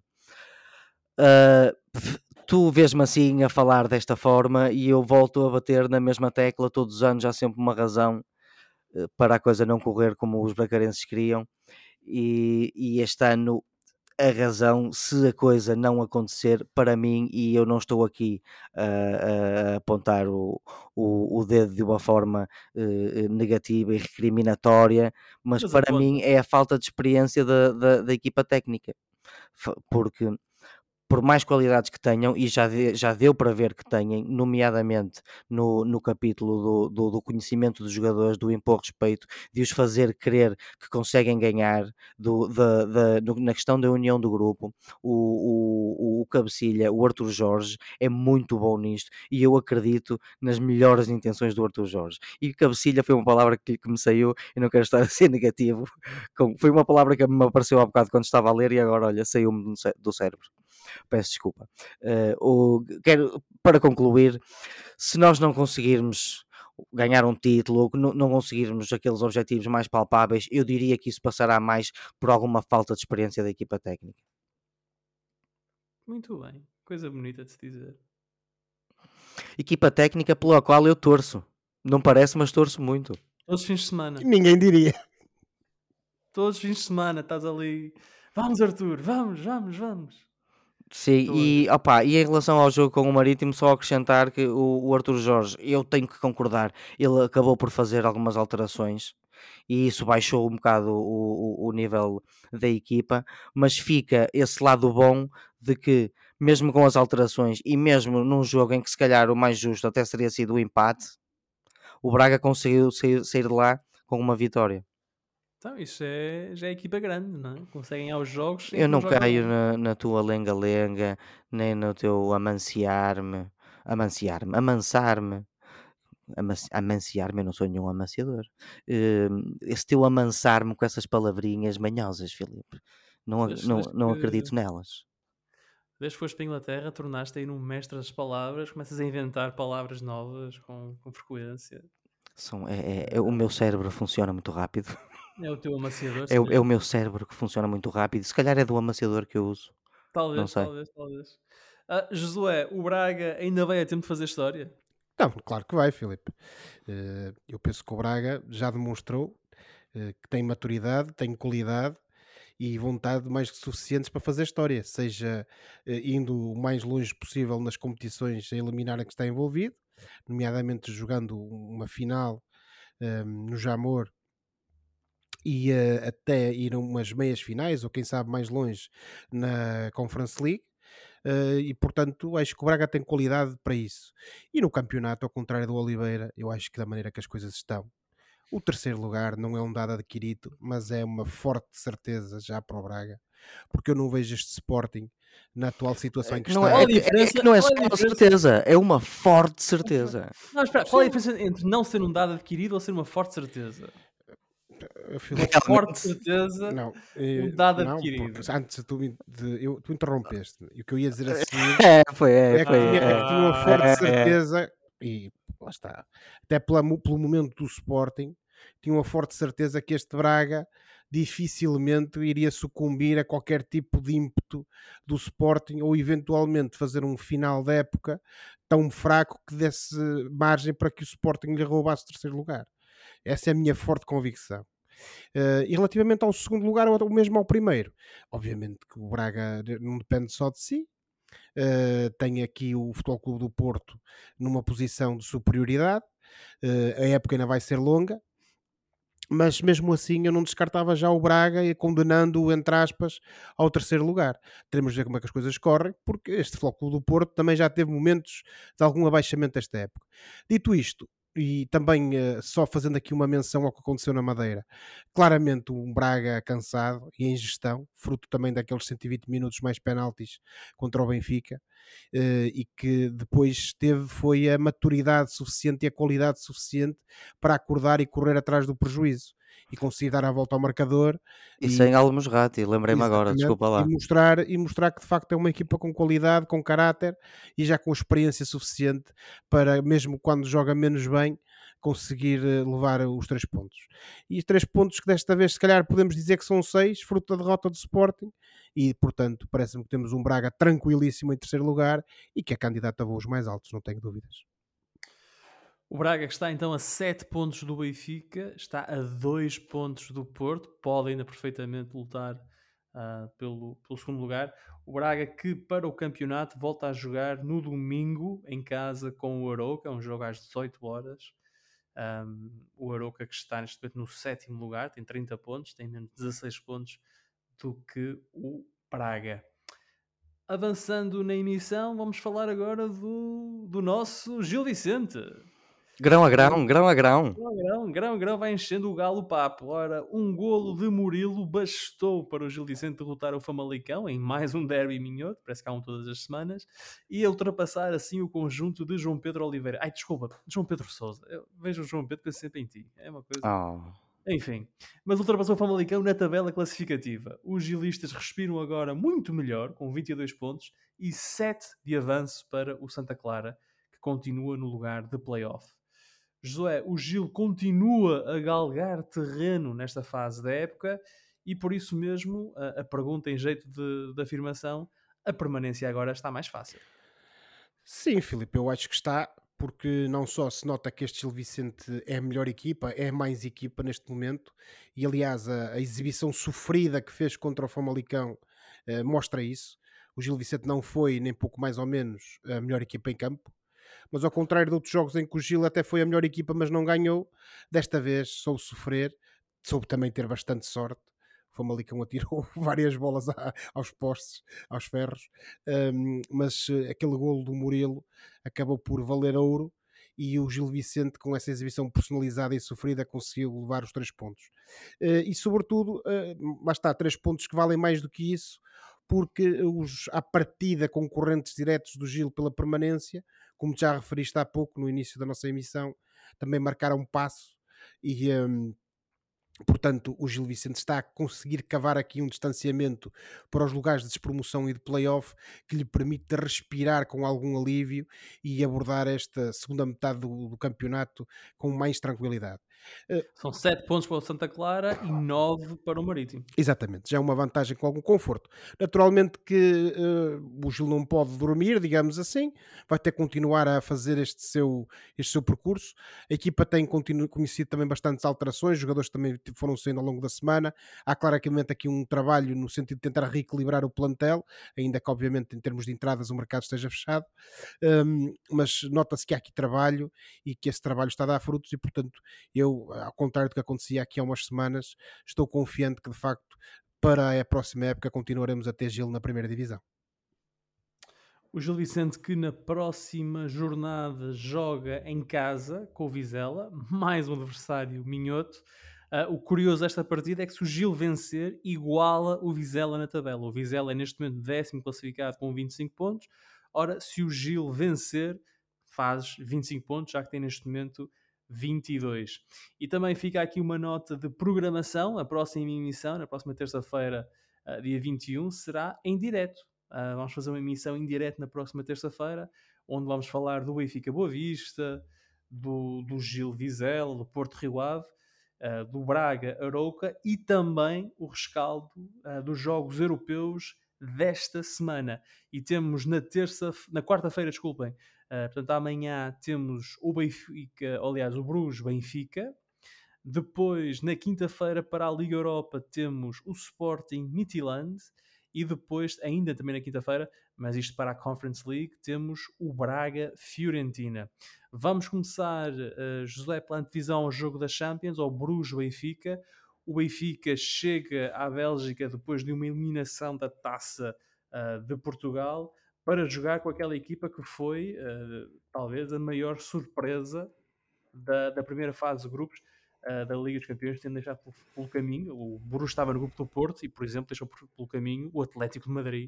Uh, tu vês-me assim a falar desta forma e eu volto a bater na mesma tecla. Todos os anos há sempre uma razão uh, para a coisa não correr como os bracarenses queriam, e, e este ano a razão, se a coisa não acontecer para mim, e eu não estou aqui uh, a apontar o, o, o dedo de uma forma uh, negativa e recriminatória, mas Mas para aponta. mim é a falta de experiência da, da, da equipa técnica, porque por mais qualidades que tenham, e já, de, já deu para ver que têm, nomeadamente no, no capítulo do, do, do conhecimento dos jogadores, do impor respeito, de os fazer crer que conseguem ganhar, do, da, da, do, na questão da união do grupo, o, o, o Cabecilha, o Arthur Jorge, é muito bom nisto, e eu acredito nas melhores intenções do Arthur Jorge. E Cabecilha foi uma palavra que, que me saiu, e não quero estar a ser negativo, com, foi uma palavra que me apareceu há bocado quando estava a ler, e agora, olha, saiu-me do cérebro. Peço desculpa. Uh, o, quero, para concluir, se nós não conseguirmos ganhar um título, ou que não, não conseguirmos aqueles objetivos mais palpáveis, eu diria que isso passará mais por alguma falta de experiência da equipa técnica. Muito bem. Coisa bonita de se dizer. Equipa técnica pela qual eu torço. Não parece, mas torço muito. Todos os fins de semana. Ninguém diria. Todos os fins de semana estás ali. Vamos, Arthur, vamos, vamos, vamos. Sim, Estou a e, ver. opa, e em relação ao jogo com o Marítimo, só acrescentar que o, o Arthur Jorge, eu tenho que concordar, ele acabou por fazer algumas alterações e isso baixou um bocado o, o, o nível da equipa, mas fica esse lado bom de que, mesmo com as alterações e mesmo num jogo em que se calhar o mais justo até seria sido o empate, o Braga conseguiu sair, sair de lá com uma vitória. Então, isso é, já é equipa grande, não é? Conseguem aos jogos em Eu que não não joga caio bem. na, na tua lenga-lenga, nem no teu amanciar-me, amanciar-me, amansar-me, amas- amanciar-me, eu não sou nenhum amanciador. Hum, esse teu amansar-me com essas palavrinhas manhosas, Filipe, não, ac- Desde, não, desde não que, acredito nelas. desde que foste para a Inglaterra, tornaste aí num mestre das palavras, começas a inventar palavras novas com, com frequência. São, é, é- é- o meu cérebro funciona muito rápido. É o teu amaciador, É, se o é o calhar. meu cérebro que funciona muito rápido. Se calhar é do amaciador que eu uso, não Talvez, sei. talvez, talvez. Ah, Josué, o Braga ainda vai a tempo de fazer história? Não, claro que vai, Filipe. Eh, eu penso que o Braga já demonstrou eh, que tem maturidade, tem qualidade e vontade mais que suficientes para fazer história, seja eh, indo o mais longe possível nas competições a eliminar a que está envolvido, nomeadamente jogando uma final eh, no Jamor e eh, até ir a umas meias finais, ou quem sabe mais longe na Conference League. eh, e portanto acho que o Braga tem qualidade para isso. E no campeonato, ao contrário do Oliveira, eu acho que da maneira que as coisas estão, o terceiro lugar não é um dado adquirido, mas é uma forte certeza já para o Braga, porque eu não vejo este Sporting na atual situação É em que que não está. Qual é, a é que, é diferença? que não é Qual só é a uma diferença? certeza, é uma forte Não, espera, certeza. não, espera, qual é a Sim, diferença entre não ser um dado adquirido ou ser uma forte certeza? eh, Uma Filipe, forte Realmente, certeza, não, um eh, dado não, porque adquirido. antes tu, me- de, eu, tu interrompeste e o que eu ia dizer a seguir é, foi, é, é que foi, tinha, é que é, tinha uma Ah, forte é, é. certeza, e lá está, até pela mo- pelo momento do Sporting, tinha uma forte certeza que este Braga dificilmente iria sucumbir a qualquer tipo de ímpeto do Sporting ou eventualmente fazer um final de época tão fraco que desse margem para que o Sporting lhe roubasse o terceiro lugar. Essa é a minha forte convicção. Eh, e relativamente ao segundo lugar, ou mesmo ao primeiro, obviamente que o Braga não depende só de si. Uh, tem aqui o Futebol Clube do Porto numa posição de superioridade. Uh, a época ainda vai ser longa, mas mesmo assim eu não descartava já o Braga e condenando-o, entre aspas, ao terceiro lugar. Teremos de ver como é que as coisas correm, porque este Futebol Clube do Porto também já teve momentos de algum abaixamento desta época. Dito isto, e também uh, só fazendo aqui uma menção ao que aconteceu na Madeira, claramente um Braga cansado e em gestão, fruto também daqueles cento e vinte minutos mais penaltis contra o Benfica, uh, e que depois teve foi a maturidade suficiente e a qualidade suficiente para acordar e correr atrás do prejuízo e conseguir dar a volta ao marcador E e sem Almos-Rati, lembrei-me agora, exatamente, desculpa e lá. mostrar, e mostrar que de facto é uma equipa com qualidade, com caráter e já com experiência suficiente para, mesmo quando joga menos bem, conseguir eh, levar os três pontos. E os três pontos que desta vez, se calhar, podemos dizer que são seis, fruto da derrota do Sporting, e portanto, parece-me que temos um Braga tranquilíssimo em terceiro lugar e que é candidato a voos mais altos, não tenho dúvidas. O Braga, que está então a sete pontos do Benfica, está a dois pontos do Porto, pode ainda perfeitamente lutar uh, pelo, pelo segundo lugar. O Braga que para o campeonato volta a jogar no domingo em casa com o Arouca, é um jogo às dezoito horas. Um, o Arouca que está neste momento no sétimo lugar, tem trinta pontos, tem menos dezasseis pontos do que o Braga. Avançando na emissão, vamos falar agora do, do nosso Gil Vicente. Grão a grão, grão a grão. Grão, grão, grão, grão vai enchendo o galo papo. Ora, um golo de Murilo bastou para o Gil Vicente derrotar o Famalicão em mais um derby minhoto, parece que há um todas as semanas, e ultrapassar assim o conjunto de João Pedro Oliveira. Ai, desculpa, João Pedro Sousa. Eu vejo o João Pedro, penso sempre em ti. É uma coisa... Oh. Enfim, mas ultrapassou o Famalicão na tabela classificativa. Os gilistas respiram agora muito melhor, com vinte e dois pontos e sete de avanço para o Santa Clara, que continua no lugar de play-off. Josué, o Gil continua a galgar terreno nesta fase da época e por isso mesmo a, a pergunta em jeito de, de afirmação, a permanência agora está mais fácil. Sim, Filipe, eu acho que está, porque não só se nota que este Gil Vicente é a melhor equipa, é mais equipa neste momento, e aliás a, a exibição sofrida que fez contra o Famalicão eh, mostra isso. O Gil Vicente não foi, nem pouco mais ou menos, a melhor equipa em campo, mas ao contrário de outros jogos em que o Gil até foi a melhor equipa, mas não ganhou, desta vez soube sofrer, soube também ter bastante sorte. O Famalicão atirou várias bolas a- aos postes, aos ferros, um, mas eh, aquele golo do Murilo acabou por valer ouro e o Gil Vicente, com essa exibição personalizada e sofrida, conseguiu levar os três pontos. Eh, e, sobretudo, uh, lá está, três pontos que valem mais do que isso, porque os, à partida, concorrentes diretos do Gil pela permanência, como já referiste há pouco no início da nossa emissão, também marcaram um passo e, um, portanto, o Gil Vicente está a conseguir cavar aqui um distanciamento para os lugares de despromoção e de play-off que lhe permite respirar com algum alívio e abordar esta segunda metade do, do campeonato com mais tranquilidade. Uh, São sete pontos para o Santa Clara e nove para o Marítimo. Exatamente, já é uma vantagem com algum conforto. Naturalmente que uh, o Gil não pode dormir, digamos assim, vai ter que continuar a fazer este seu, este seu percurso. A equipa tem continu- conhecido também bastantes alterações, os jogadores também t- foram saindo ao longo da semana. Há claramente aqui um trabalho no sentido de tentar reequilibrar o plantel, ainda que obviamente em termos de entradas o mercado esteja fechado. Um, mas nota-se que há aqui trabalho e que esse trabalho está a dar frutos e, portanto, eu, ao contrário do que acontecia aqui há umas semanas, estou confiante que de facto para a próxima época continuaremos a ter Gil na primeira divisão. O Gil Vicente que na próxima jornada joga em casa com o Vizela, mais um adversário minhoto. Uh, o curioso desta partida é que se o Gil vencer, iguala o Vizela na tabela. O Vizela é neste momento décimo classificado com vinte e cinco pontos. Ora, se o Gil vencer, faz vinte e cinco pontos, já que tem neste momento vinte e dois. E também fica aqui uma nota de programação. A próxima emissão, na próxima terça-feira, uh, dia vinte e um, será em direto. Uh, vamos fazer uma emissão em direto na próxima terça-feira, onde vamos falar do Benfica Boa Vista, do, do Gil Vizela, do Porto Rio Ave, uh, do Braga Arouca e também o rescaldo uh, dos jogos europeus desta semana. E temos na terça, na quarta-feira, desculpem, uh, portanto amanhã temos o Benfica, aliás o Bruges Benfica. Depois, na quinta-feira, para a Liga Europa, temos o Sporting Midtjylland. E depois, ainda também na quinta-feira, mas isto para a Conference League, temos o Braga Fiorentina. Vamos começar, uh, José, pela antevisão ao jogo da Champions, ao Bruges Benfica. O Benfica chega à Bélgica depois de uma eliminação da Taça uh, de Portugal para jogar com aquela equipa que foi, uh, talvez, a maior surpresa da, da primeira fase de grupos uh, da Liga dos Campeões, tendo deixado pelo, pelo caminho. O Borussia estava no grupo do Porto e, por exemplo, deixou por, pelo caminho o Atlético de Madrid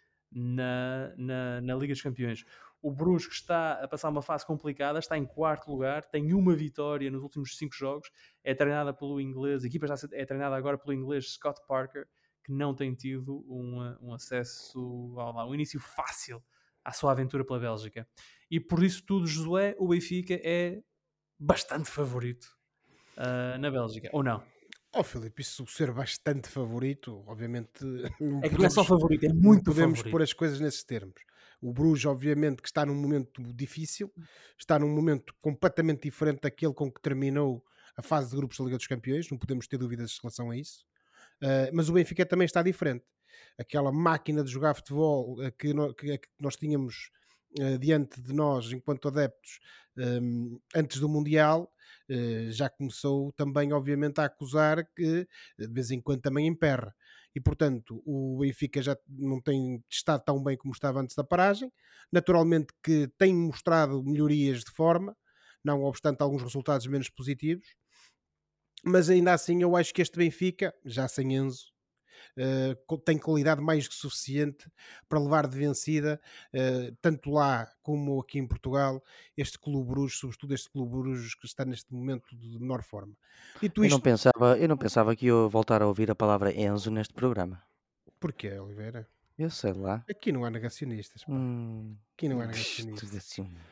na, na, na Liga dos Campeões. O Bruges, que está a passar uma fase complicada, está em quarto lugar, tem uma vitória nos últimos cinco jogos, é treinada pelo inglês, a equipa já é treinada agora pelo inglês Scott Parker, que não tem tido um, um acesso, lá, um início fácil à sua aventura pela Bélgica. E por isso tudo, Josué, o Benfica é bastante favorito uh, na Bélgica, ou não? Oh Filipe, isso ser bastante favorito, obviamente não É que não é podemos, só favorito, é não muito podemos favorito. pôr as coisas nesses termos. O Bruges, obviamente, que está num momento difícil, está num momento completamente diferente daquele com que terminou a fase de grupos da Liga dos Campeões, não podemos ter dúvidas em relação a isso. Uh, mas o Benfica também está diferente. Aquela máquina de jogar futebol uh, que, no, que, que nós tínhamos uh, diante de nós enquanto adeptos um, antes do Mundial uh, já começou também obviamente a acusar que de vez em quando também emperra. E portanto o Benfica já não tem estado tão bem como estava antes da paragem. Naturalmente que tem mostrado melhorias de forma, não obstante alguns resultados menos positivos. Mas ainda assim eu acho que este Benfica, já sem Enzo, uh, tem qualidade mais que suficiente para levar de vencida, uh, tanto lá como aqui em Portugal, este Clube Bruges, sobretudo este Clube Bruges que está neste momento de menor forma. Dito Eu não isto, pensava, eu não pensava que ia voltar a ouvir a palavra Enzo neste programa. porquê, Oliveira? Eu sei lá. Aqui não há negacionistas, pá. Hum, Aqui não há pff, negacionistas. negacionistas.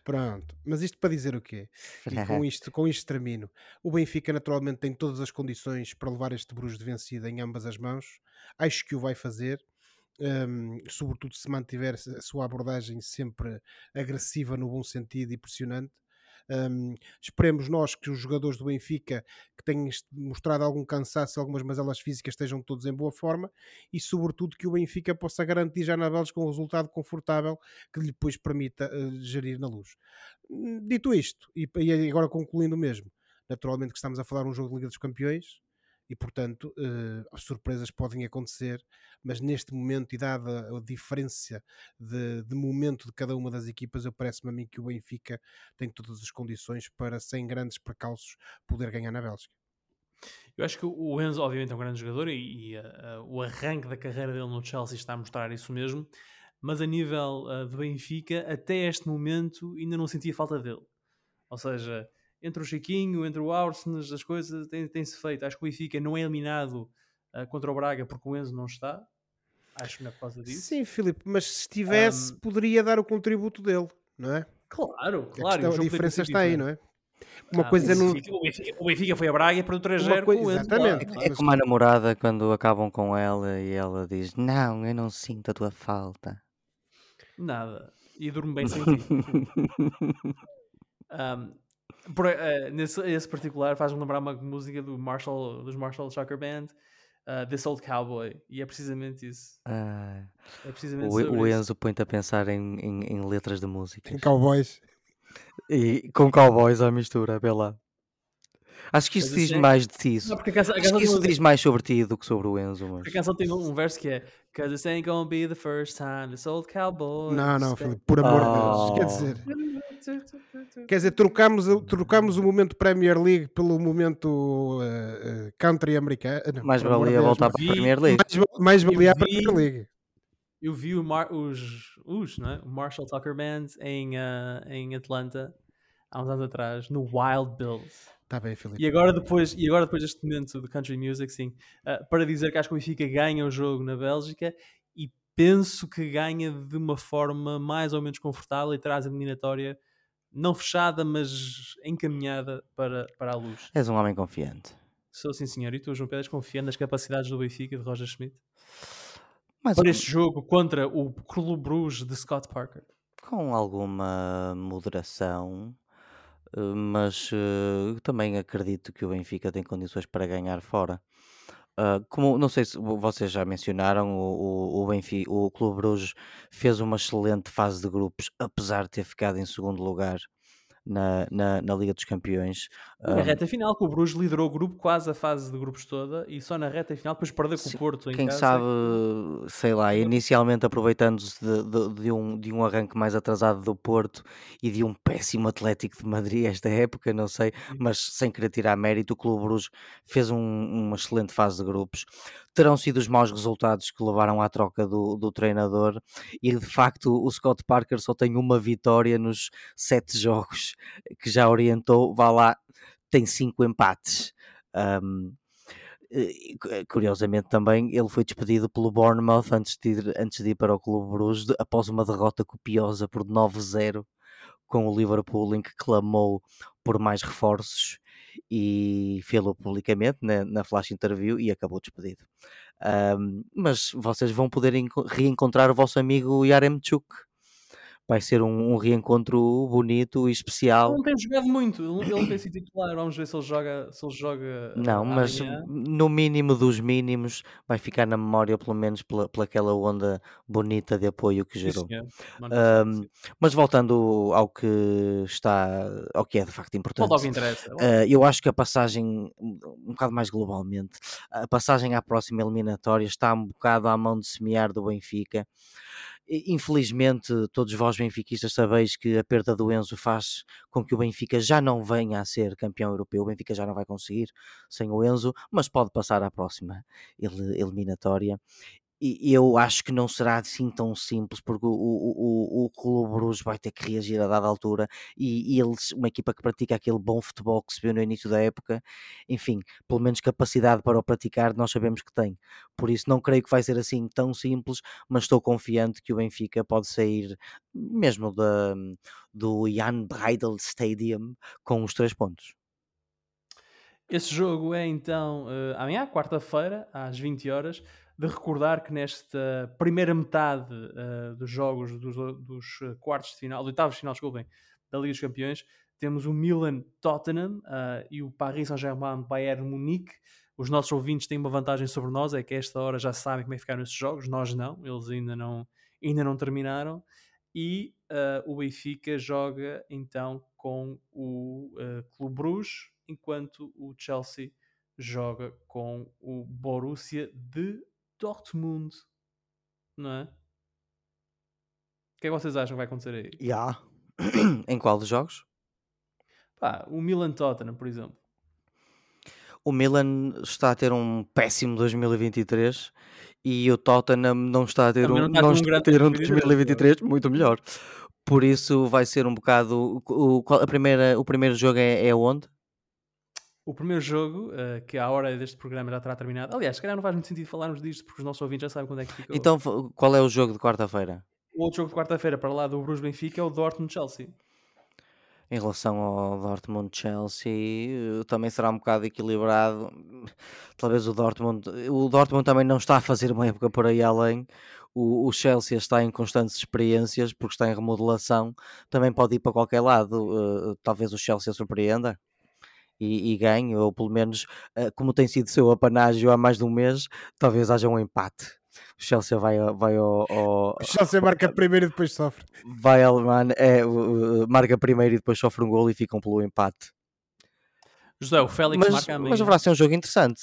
Pronto, mas isto para dizer o quê? E com isto, com isto termino. O Benfica naturalmente tem todas as condições para levar este Bruges de vencida em ambas as mãos. Acho que o vai fazer. hum, sobretudo se mantiver a sua abordagem sempre agressiva no bom sentido e pressionante. Hum, esperemos nós que os jogadores do Benfica que têm est- mostrado algum cansaço e algumas mazelas físicas estejam todos em boa forma e sobretudo que o Benfica possa garantir já na Bélgica um resultado confortável que lhe depois permita eh, gerir na Luz. Hum, Dito isto, e, e agora concluindo mesmo, naturalmente que estamos a falar de um jogo de Liga dos Campeões e portanto eh, as surpresas podem acontecer, mas neste momento e dada a diferença de, de momento de cada uma das equipas, eu parece-me a mim que o Benfica tem todas as condições para, sem grandes precalços, poder ganhar na Bélgica. Eu acho que o Enzo, obviamente, é um grande jogador e, e, uh, uh, o arranque da carreira dele no Chelsea está a mostrar isso mesmo. Mas a nível uh, de Benfica, até este momento, ainda não sentia falta dele. Ou seja, entre o Chiquinho, entre o Arsenes, as coisas têm- têm-se feito. Acho que o Benfica não é eliminado uh, contra o Braga porque o Enzo não está. Acho que não é por causa disso. Sim, Filipe, mas se estivesse, Um, poderia dar o contributo dele, não é? claro, A, claro, e o questão, a jogo podia ter diferença sido está aí, diferente. não é? Uma Ah, o, coisa não. Benfica, o, Benfica, o Benfica foi a Braga e perdeu Uma três a zero com coisa, o Enzo lá. exatamente. Não É é? Mas como a namorada quando acabam com ela e ela diz: Não, eu não sinto a tua falta. Nada. E durmo bem sem ti. Um, por, uh, nesse esse particular faz-me lembrar uma música do Marshall, dos Marshall Tucker Band, uh, This Old Cowboy, e é precisamente isso. Ah, É precisamente o, o sobre isso. Enzo põe-te a pensar em, em, em letras de em músicas Cowboys. e com cowboys à mistura, vê lá. Acho que Mas isso diz isso é. mais de ti. Não, porque a canção, a Acho canção que tem isso um, diz mais sobre ti do que sobre o Enzo, porque a mas. canção tem um verso que é Cause this ain't gonna be the first time this old cowboy Não, não, spent. Filipe, por amor de Deus. Quer Oh, dizer, quer dizer, trocámos, o- trocámos o momento Premier League pelo momento eh, eh, country americano. Não, mais por amor de valia Deus. voltar Eu para a vi, Premier League. Mais, va- mais eu valia a vi, Premier League. eu vi o Mar- os, os, não é? O Marshall Tucker Band em, uh, em Atlanta há uns anos atrás, no Wild Bills. Está bem, Filipe. E agora depois, e agora depois deste momento de country music, sim, uh, para dizer que acho que o Benfica ganha o jogo na Bélgica e penso que ganha de uma forma mais ou menos confortável e traz a eliminatória não fechada, mas encaminhada para, para a Luz. És um homem confiante. Sou sim, senhor. E tu, João Pedro, és confiante nas capacidades do Benfica de Roger Schmidt Mas para com, este jogo contra o Clube Bruges de Scott Parker? com alguma moderação, eh, mas eh, também acredito que o Benfica tem condições para ganhar fora. Ah, como não sei se vo- vocês já mencionaram, o, o, o Benfica, o Clube Bruges fez uma excelente fase de grupos, apesar de ter ficado em segundo lugar na, na, na Liga dos Campeões. E na Ah, reta final, que o Bruges liderou o grupo quase a fase de grupos toda e só na reta final, depois perder com o sim, Porto em quem casa, sabe, é que sei lá, ganhou. inicialmente aproveitando-se de, de, de um, de um arranque mais atrasado do Porto e de um péssimo Atlético de Madrid esta época, não sei, mas sem querer tirar mérito, o Clube Bruges fez um- uma excelente fase de grupos. Terão sido os maus resultados que levaram à troca do, do treinador e de facto o Scott Parker só tem uma vitória nos sete jogos que já orientou, vá lá, tem cinco empates. Um, e, cu- curiosamente também ele foi despedido pelo Bournemouth antes de ir, antes de ir para o Clube Bruges de- após uma derrota copiosa por nove a zero com o Liverpool em que clamou por mais reforços e fê-lo publicamente na, na flash interview e acabou despedido. Ahm, mas vocês vão poder enco- reencontrar o vosso amigo Yaremchuk. Vai ser um, um reencontro bonito e Ele especial. não tem jogado muito, ele ele não tem sido titular. Vamos ver se ele joga, se ele joga Não, uh, mas amanhã. no mínimo dos mínimos vai ficar na memória, pelo menos pela, pelaquela onda bonita de apoio que Sim, gerou. senhor. No ano passado, Ahm, sim. mas voltando ao que está, ao que é de facto Volta ao importante, que interessa. ah, eu acho que a passagem, um um bocado mais globalmente, a passagem à próxima eliminatória está um bocado à mão de semear do Benfica. I- Infelizmente, todos vós benfiquistas sabeis que a perda do Enzo faz com que o Benfica já não venha a ser campeão europeu. O Benfica já não vai conseguir sem o Enzo, mas pode passar à próxima ele- eliminatória. E eu acho que não será assim tão simples, porque o, o, o, o Clube Bruges vai ter que reagir a dada altura e, e eles, uma equipa que pratica aquele bom futebol que se viu no início da época, enfim, pelo menos capacidade para o praticar nós sabemos que tem. Por isso não creio que vai ser assim tão simples, mas estou confiante que o Benfica pode sair mesmo da, do Jan Breidel Stadium com os três pontos. Esse jogo é então uh, amanhã, quarta-feira, às vinte horas. De recordar que nesta primeira metade uh, dos jogos dos, dos quartos de final, dos oitavos de final, desculpem, da Liga dos Campeões, temos o Milan-Tottenham uh, e o Paris Saint-Germain-Bayern Munique. Os nossos ouvintes têm uma vantagem sobre nós, é que a esta hora já sabem como é que ficaram esses jogos, nós não, eles ainda não, ainda não terminaram. E uh, o Benfica joga então com o uh, Clube Bruges, enquanto o Chelsea joga com o Borussia de Dortmund, não é? O que é que vocês acham que vai acontecer aí? Yeah. Em qual dos jogos? Pá, o Milan-Tottenham, por exemplo. O Milan está a ter um péssimo dois mil e vinte e três e o Tottenham não está a ter Também um, não está a não ter um está a grande ter um dois mil e vinte e três, dois mil e vinte e três muito melhor. Por isso vai ser um bocado. O, qual- a primeira, o primeiro jogo é, é onde? O primeiro jogo, uh, que à hora deste programa já terá terminado. Aliás, se calhar não faz muito sentido falarmos disto, porque os nossos ouvintes já sabem quando é que ficou. Então f- qual é o jogo de quarta-feira? O outro jogo de quarta-feira para lá do Bruges Benfica é o Dortmund-Chelsea. Em relação ao Dortmund-Chelsea, eh, também será um bocado equilibrado. Talvez o Dortmund. O Dortmund também não está a fazer uma época por aí além. O, o Chelsea está em constantes experiências porque está em remodelação. Também pode ir para qualquer lado. eh, talvez o Chelsea surpreenda e, e ganhe, ou pelo menos, eh, como tem sido seu apanágio há mais de um mês, talvez haja um empate. O Chelsea vai, ao- vai ao, ao- O Chelsea marca primeiro e depois sofre. vai alemã, é, o- o- marca primeiro e depois sofre um gol e ficam pelo empate. José, o Félix Mas, marca mas amanhã. haverá ser um jogo interessante.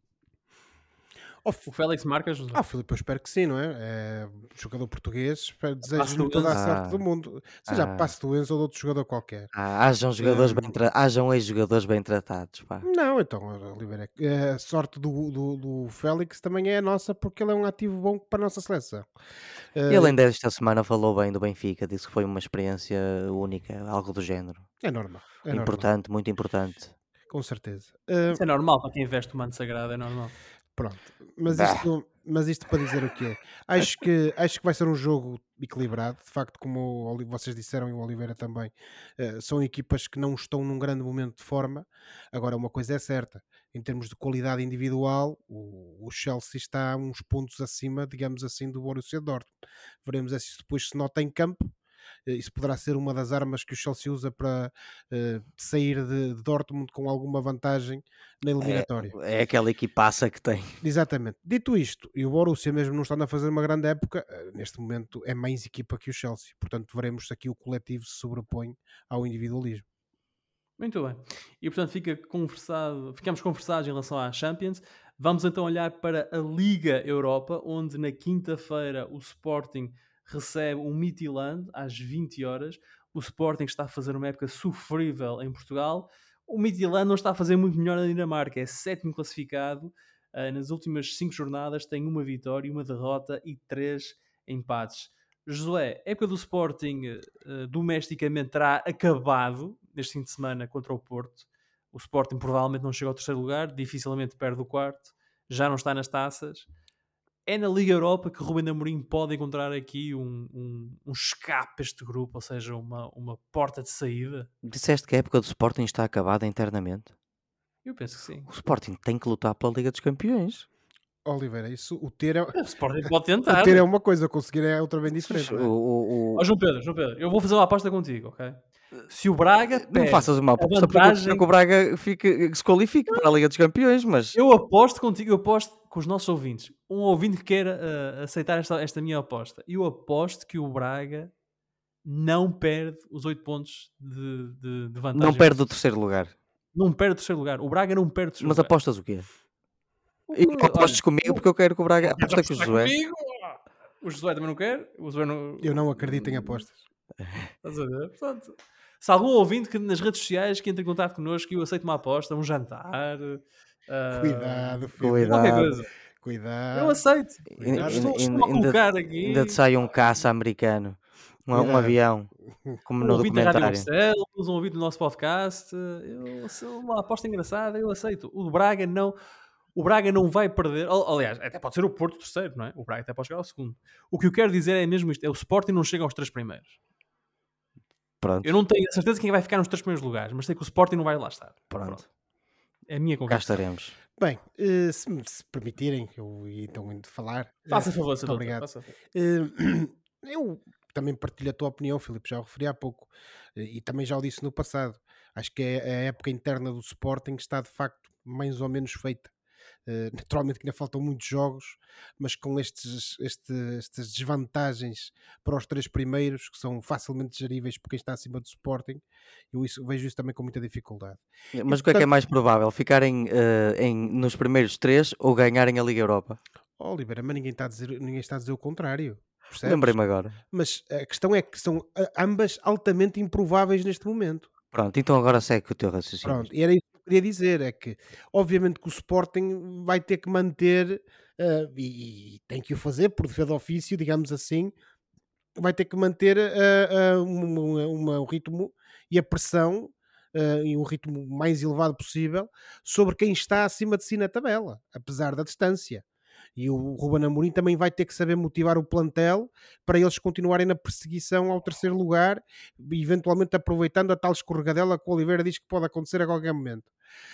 Oh, O Félix marca, José. Ah, Filipe, eu espero que sim, não é? É um jogador português, espero, Passe desejo-lhe do toda a Enzo. sorte Ah, do mundo. Seja ah, passe do Enzo ou de outro jogador qualquer. ah, hajam jogadores bem Hum, tra- hajam ex-jogadores bem tratados, pá. não, então, Oliveira, é, a sorte do, do, do Félix também é a nossa, porque ele é um ativo bom para a nossa seleção. Ele Eh, ainda esta semana falou bem do Benfica, disse que foi uma experiência única, algo do género. é normal, é normal, Importante, muito importante. com certeza. Eh, Isso é normal para quem investe o manto sagrado, é normal. Pronto, mas Bah. isto, mas isto para dizer o quê? Acho que, acho que vai ser um jogo equilibrado. De facto, como o Oli- vocês disseram e o Oliveira também, eh, são equipas que não estão num grande momento de forma. Agora, uma coisa é certa: em termos de qualidade individual, o, o Chelsea está uns pontos acima, digamos assim, do Borussia Dortmund. Veremos é se isso depois se nota em campo. Eh, Isso poderá ser uma das armas que o Chelsea usa para eh, sair de, de Dortmund com alguma vantagem na É, eliminatória. é aquela equipaça que tem. Exatamente. Dito isto, e o Borussia mesmo não estando a fazer uma grande época, eh, neste momento é mais equipa que o Chelsea. Portanto, veremos se aqui o coletivo se sobrepõe ao individualismo. Muito bem. E portanto fica conversado, ficamos conversados em relação à Champions. Vamos então olhar para a Liga Europa, onde na quinta-feira o Sporting recebe o Midtjylland às vinte horas. O Sporting está a fazer uma época sofrível em Portugal. O Midtjylland não está a fazer muito melhor na Dinamarca, é sétimo classificado. Uh, nas últimas cinco jornadas tem uma vitória, uma derrota e três empates. Josué, a época do Sporting uh, domesticamente terá acabado neste fim de semana contra o Porto. O Sporting provavelmente não chega ao terceiro lugar, dificilmente perde o quarto, já não está nas taças. É na Liga Europa que Rubem Amorim pode encontrar aqui um, um, um escape a este grupo, ou seja, uma, uma porta de saída? Disseste que a época do Sporting está acabada internamente. Eu penso que sim. O Sporting tem que lutar pela Liga dos Campeões. Oliveira, isso, o ter é, O Sporting pode o tentar. ter é uma coisa, conseguir é outra bem diferente. O, Não é? o- o- Ó, João Pedro, João Pedro, eu vou fazer uma aposta contigo, ok? Se o Braga Não perde faças uma a aposta porque eu vantagem... quero que o Braga fique, se qualifique para a Liga dos Campeões, mas Eu aposto contigo, eu aposto com os nossos ouvintes. Um ouvinte que queira uh, aceitar esta, esta minha aposta. Eu aposto que o Braga não perde os oito pontos de, de, de vantagem. não perde o terceiro lugar. Não perde o terceiro lugar. O Braga não perde o terceiro Mas lugar. apostas o quê? O- E olha, apostas comigo o- porque eu quero que o Braga Queres aposta com o apostar Josué. comigo? O Josué também não quer. O Josué não... Eu não acredito em apostas. Estás a ver? Portanto, se algum ouvinte que nas redes sociais que entre em contato connosco, eu aceito uma aposta, um jantar, uh, Cuidado, filho. qualquer Cuidado. coisa. Eu Cuidado, aceito. Ainda, cuidado. Estou, ainda, estou a ainda, colocar ainda te aqui sai um caça americano, um, um Cuidado. avião, como um no ouvinte da Rádio documentário. Barcelos, um ouvinte do nosso podcast. Eu sou uma aposta engraçada, eu aceito. O Braga não. O Braga não vai perder. al- Aliás, até pode ser o Porto terceiro, não é? O Braga até pode chegar ao segundo. O que eu quero dizer é mesmo isto: é o Sporting não chega aos três primeiros. Pronto, Eu não tenho a certeza de quem vai ficar nos três primeiros lugares, mas sei que o Sporting não vai lá estar. pronto, Pronto. É a minha cá convicção. estaremos. Bem, eh, se me se permitirem, eu ia então indo falar. Eh, Faça favor, Muito Sr. Doutor. obrigado. Faça favor. Eh, Eu também partilho a tua opinião, Filipe, já o referi há pouco, eh, e também já o disse no passado. Acho que é a época interna do Sporting está de facto mais ou menos feita. Eh, naturalmente que ainda faltam muitos jogos, mas com estes, este- estas desvantagens para os três primeiros, que são facilmente geríveis por quem está acima do Sporting, eu isso- vejo isso também com muita dificuldade. E Mas o que é que é portanto, mais provável? Ficarem eh, em, nos primeiros três ou ganharem a Liga Europa? Oliveira, mas ninguém está a dizer, ninguém está a dizer o contrário, percebes? Lembrei-me agora. Mas a questão é que são a- ambas altamente improváveis neste momento. Pronto, então agora segue o teu raciocínio. Pronto, e era isso que eu queria dizer, é que obviamente que o Sporting vai ter que manter, eh, e, e tem que o fazer por defesa de ofício, digamos assim, vai ter que manter eh, eh, uma- uma- um ritmo e a pressão eh, e um ritmo mais elevado possível sobre quem está acima de si na tabela, apesar da distância. E o Ruben Amorim também vai ter que saber motivar o plantel para eles continuarem na perseguição ao terceiro lugar, eventualmente aproveitando a tal escorregadela que o Oliveira diz que pode acontecer a qualquer momento.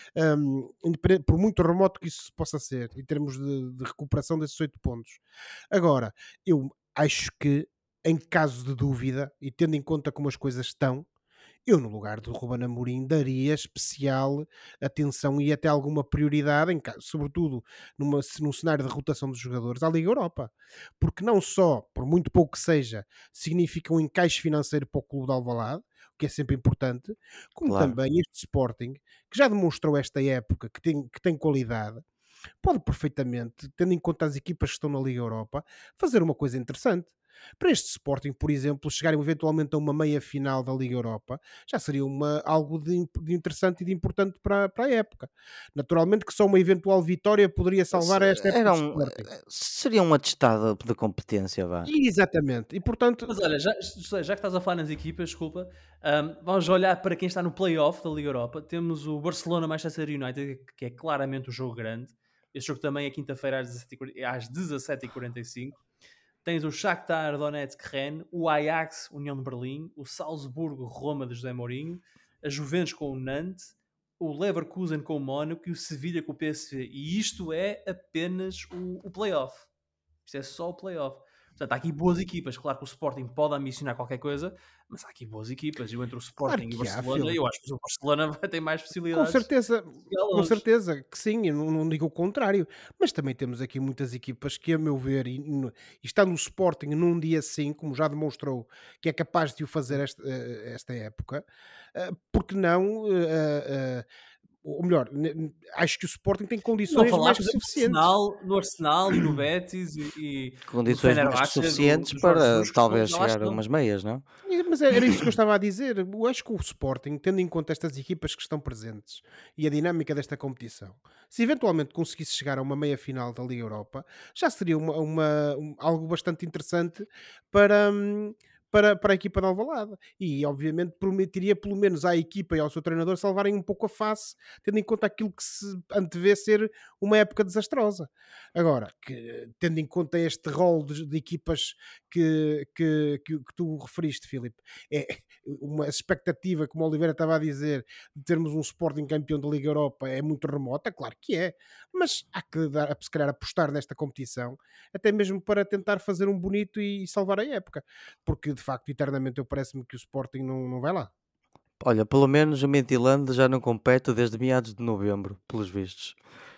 Um, independente- por muito remoto que isso possa ser, em termos de, de recuperação desses oito pontos. Agora, eu acho que, em caso de dúvida, e tendo em conta como as coisas estão, eu, no lugar do Ruben Amorim, daria especial atenção e até alguma prioridade, em, ca- sobretudo numa, se- num cenário de rotação dos jogadores, à Liga Europa. Porque não só, por muito pouco que seja, significa um encaixe financeiro para o clube de Alvalade, o que é sempre importante, como Claro. também este Sporting, que já demonstrou esta época que tem, que tem qualidade, pode perfeitamente, tendo em conta as equipas que estão na Liga Europa, fazer uma coisa interessante. Para este Sporting, por exemplo, chegarem eventualmente a uma meia final da Liga Europa, já seria uma, algo de, imp- de interessante e de importante para, para a época. Naturalmente que só uma eventual vitória poderia salvar Se- esta época Era do um, Sporting. eh, seria um atestado de competência, vá. Exatamente. E portanto, Mas olha, já, José, já que estás a falar nas equipas, desculpa, ahm, vamos olhar para quem está no play-off da Liga Europa. Temos o Barcelona-Manchester United, que é claramente o jogo grande. Este jogo também é quinta-feira às dezassete e quarenta às dezassete e quarenta e cinco. Tens o Shakhtar Donetsk-Rennes, o Ajax, União de Berlim, o Salzburgo-Roma de José Mourinho, a Juventus com o Nantes, o Leverkusen com o Mónaco e o Sevilha com o P S V. E isto é apenas o, o play-off. Isto é só o play-off. Portanto, há aqui boas equipas. Claro que o Sporting pode ambicionar qualquer coisa, mas há aqui boas equipas. Eu entre o claro Sporting e o que há, Barcelona, eu Filipe. acho que o Barcelona vai ter mais Com possibilidades certeza, de chegar com longe. certeza que sim, eu não, não digo o contrário, mas também temos aqui muitas equipas que, a meu ver, e, no- e está no Sporting num dia assim, como já demonstrou que é capaz de o fazer esta, eh, esta época, eh, porque não, eh, eh, ou melhor, ne- ne- acho que o Sporting tem Não condições falar, mais por que exemplo, no suficientes. Arsenal, no Arsenal e no Betis e, e no Condições mais que Fenerbahçe do, suficientes do Jorge para Jesus, que estão, talvez já lá chegar a estão. umas meias, não? E- Mas era isso que eu estava a dizer. Eu acho que o Sporting, tendo em conta estas equipas que estão presentes e a dinâmica desta competição, se eventualmente conseguisse chegar a uma meia final da Liga Europa, já seria uma, uma- um- algo bastante interessante para, hum, para, para a equipa de Alvalade. E, obviamente, permitiria pelo menos à equipa e ao seu treinador salvarem um pouco a face, tendo em conta aquilo que se antevê ser uma época desastrosa. Agora, que, tendo em conta este rol de, de equipas que, que, que, que tu referiste, Filipe, é uma expectativa, como o Oliveira estava a dizer, de termos um Sporting campeão da Liga Europa é muito remota, claro que é, mas há que dar, se calhar apostar nesta competição, até mesmo para tentar fazer um bonito e, e salvar a época, porque de facto, eternamente eu parece-me que o Sporting não, não vai lá. Olha, pelo menos o Midtjylland já não compete desde meados de novembro, pelos vistos.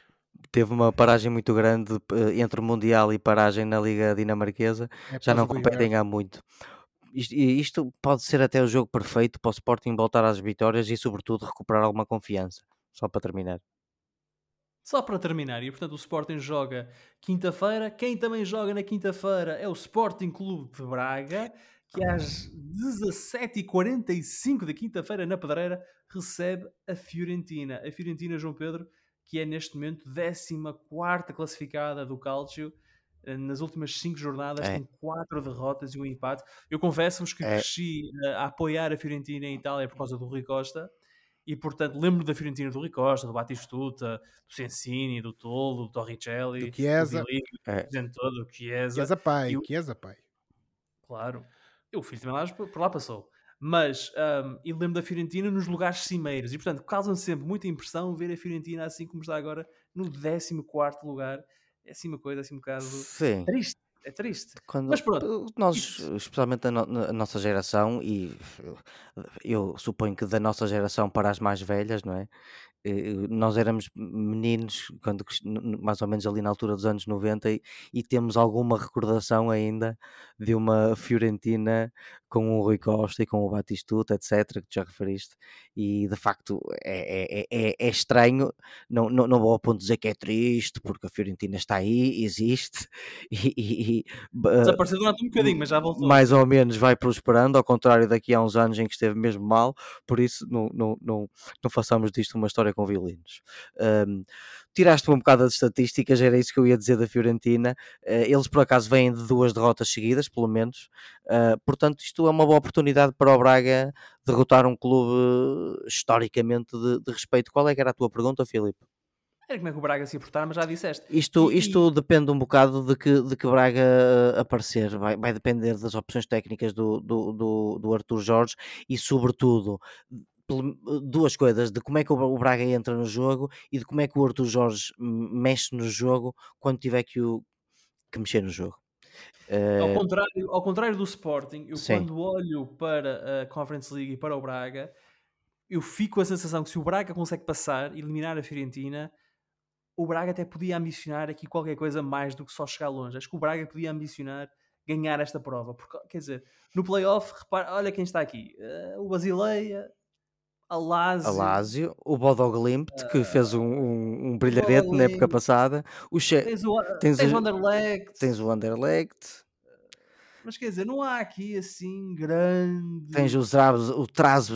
Teve uma paragem muito grande eh, entre o Mundial e paragem na Liga Dinamarquesa. É por Já não causa do competem inverno. há muito. Isto, e isto pode ser até o jogo perfeito para o Sporting voltar às vitórias e, sobretudo, recuperar alguma confiança. Só para terminar. Só para terminar, e portanto o Sporting joga quinta-feira. Quem também joga na quinta-feira é o Sporting Clube de Braga, que às dezassete e quarenta e cinco da quinta-feira, na Pedreira, recebe a Fiorentina. A Fiorentina, João Pedro, que é neste momento décima quarta classificada do Calcio. eh, Nas últimas cinco jornadas É, tem quatro derrotas e um empate. Eu confesso-vos que é, cresci eh, a apoiar a Fiorentina em Itália por causa do Rui Costa e, portanto, lembro da Fiorentina do Rui Costa, do Batistuta, do Sensini, do Tolo, do Do Torricelli, do Chiesa, Dili, é. gente todo, do Chiesa. Chiesa E pai, o Chiesa pai. Claro. O filho também lá, por por lá passou. Mas, hum, e lembro da Fiorentina nos lugares cimeiros. E, portanto, causa sempre muita impressão ver a Fiorentina assim como está agora, no décimo quarto lugar. É assim uma coisa, assim um bocado Sim. triste. É triste. Quando Mas pronto. p- nós, Isso. especialmente a, no- na- a nossa geração, e eu, eu suponho que da nossa geração para as mais velhas, não é? Eh, nós éramos meninos quando cres- n- n- mais ou menos ali na altura dos anos noventa e, e temos alguma recordação ainda de uma Fiorentina com o Rui Costa e com o Batistuta, etc, que tu já referiste, e de facto é, é, é, é é estranho, não, não, não vou ao ponto de dizer que é triste, porque a Fiorentina está aí, existe, e, e- e, b- Desapareceu durante um m- bocadinho, mas já voltou, mais ou sim. menos vai prosperando, ao contrário daqui a uns anos em que esteve mesmo mal, por isso não, não, não, não façamos disto uma história com violinos. Um, tiraste um bocado das estatísticas, era isso que eu ia dizer da Fiorentina. Uh, eles por acaso vêm de duas derrotas seguidas, pelo menos. Uh, portanto, isto é uma boa oportunidade para o Braga derrotar um clube historicamente de, de respeito. Qual é que era a tua pergunta, Filipe? Era como é que o Braga se ia portar, mas já disseste. Isto, E, isto depende um bocado de que, de que Braga uh, aparecer, vai, vai depender das opções técnicas do, do, do, do Arthur Jorge e, sobretudo, pelo- duas coisas: de como é que o o Braga entra no jogo e de como é que o Arthur Jorge mexe no jogo quando tiver que, o, que mexer no jogo. Ao Uh, contrário, ao contrário do Sporting, eu sim, quando olho para a Conference League e para o Braga, eu fico com a sensação que se o Braga consegue passar, eliminar a Fiorentina, o Braga até podia ambicionar aqui qualquer coisa mais do que só chegar longe. Acho que o Braga podia ambicionar ganhar esta prova. Porque, quer dizer, no playoff, repara, olha quem está aqui. Eh, o Basileia, a a Lazio, Lazio, o Bodo Glimt, que fez um, um, um o brilharete na época Valladolid, passada, o che... tens o, tens, tens o o- Anderlecht. tens o Anderlecht, Mas quer dizer, não há aqui assim tens grande. os Trabzon, o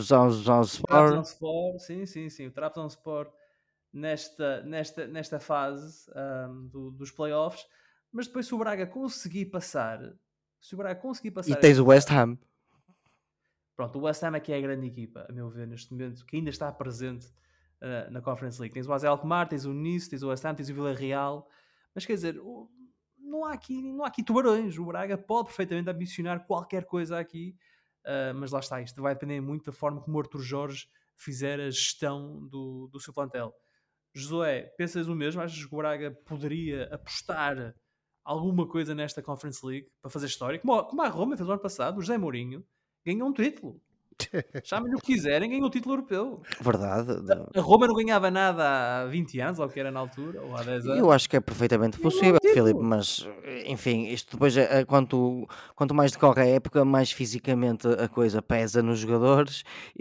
O Trabzonspor. Trabzonspor, sim, sim, sim. O Trabzonspor nesta, nesta, nesta fase ahm, do- dos playoffs. Mas depois, se o Braga conseguir passar, se o Braga conseguir E passar tens esta o West fase, Ham. pronto, o West Ham é que é a grande equipa, a meu ver, neste momento, que ainda está presente ah, na Conference League. Tens o A Z Alkmaar, tens o Nice, tens o West Ham, tens o Villarreal. Mas quer dizer, o- não há aqui, não há aqui tubarões. O Braga pode perfeitamente ambicionar qualquer coisa aqui. ah, mas lá está, isto vai depender muito da forma como o Arthur Jorge fizer a gestão do, do seu plantel. Josué, pensas o mesmo? Achas que o Braga poderia apostar alguma coisa nesta Conference League para fazer história? Como, a- como a Roma fez o ano passado, o José Mourinho ganhou um título. Chamem-lhe o que quiserem, ganhou o título europeu. Verdade. A Roma não ganhava nada há vinte anos, ou o que era na altura, ou há dez Eu anos. acho que é perfeitamente Ganhou um possível, Filipe, título. mas enfim, isto depois, é- é quanto, quanto mais decorre a época, mais fisicamente a coisa pesa nos jogadores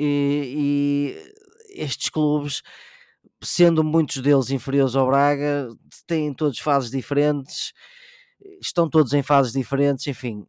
e, e estes clubes, sendo muitos deles inferiores ao Braga, têm todos fases diferentes, estão todos em fases diferentes, enfim.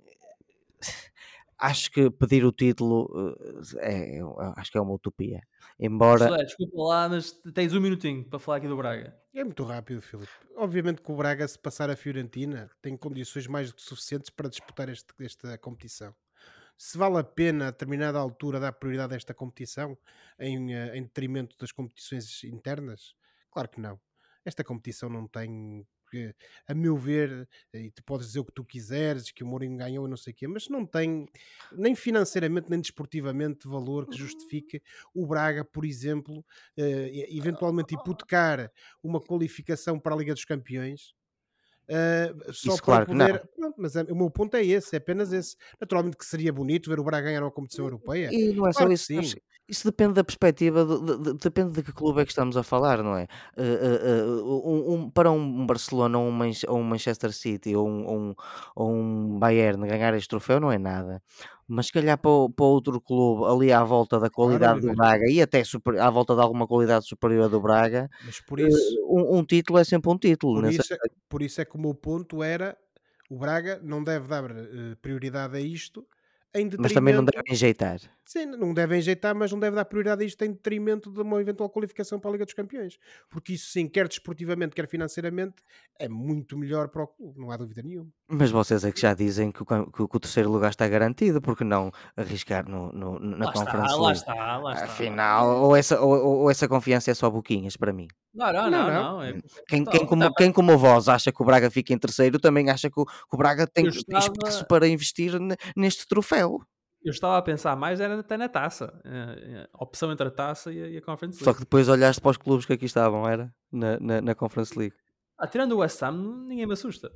Acho que pedir o título eh, é, acho que é uma utopia. Embora Josué, desculpa lá, mas tens um minutinho para falar aqui do Braga. É muito rápido, Filipe. Obviamente que o Braga, se passar a Fiorentina, tem condições mais do que suficientes para disputar este- esta competição. Se vale a pena, a determinada altura, dar prioridade a esta competição em, eh, em detrimento das competições internas? Claro que não. Esta competição não tem, que, a meu ver, e tu podes dizer o que tu quiseres, que o Mourinho ganhou e não sei o quê, mas não tem, nem financeiramente, nem desportivamente, valor que justifique o Braga, por exemplo, eh, e- eventualmente hipotecar uma qualificação para a Liga dos Campeões, Uh, só isso para claro que não. poder. Pronto, mas é- o meu ponto é esse, é apenas esse. Naturalmente que seria bonito ver o Braga ganhar uma competição europeia. E não é só Claro que isso, sabes, sim. isso depende da perspectiva, de de de depende de que clube é que estamos a falar, não é? Eh eh eh, um um para um Barcelona ou um Manche ou um Manchester City ou um ou um ou um Bayern ganhar este troféu não é nada, mas se calhar para o para outro clube ali à volta da Claro, qualidade do Oliveira. Braga e até super à volta de alguma qualidade superior do Braga, Mas por eh, isso, um um título é sempre um título por nesse isso, é- aspecto. por isso é que o meu ponto era: o Braga não deve dar eh, prioridade a isto em Mas também não detrimento. devem enjeitar. Sim, não devem ajeitar, mas não deve dar prioridade a isto em detrimento de uma eventual qualificação para a Liga dos Campeões. Porque isso sim, quer desportivamente, quer financeiramente, é muito melhor para o clube, não há dúvida nenhuma. Mas vocês é que já dizem que o, cam- que o- que o terceiro lugar está garantido, porque não arriscar no, no- na Lá está, Conference lá League? está, lá está, lá está. Afinal, ou essa, ou, ou- ou essa confiança é só boquinhas para mim. Não, não, Não, não, não. não, é Hum. confiança Quem, quem, total. E como, também, quem como vós acha que o Braga fica em terceiro, também acha que o, que o Braga tem, eu tem espaço estava para investir ne- neste troféu. eu estava a pensar mais era até na taça, eh, eh, a opção entre a taça e a e a Conference Só que League. depois olhaste para os clubes que aqui estavam, era? Na, na, na Conference League. Ah, tirando o West Ham, ninguém me assusta.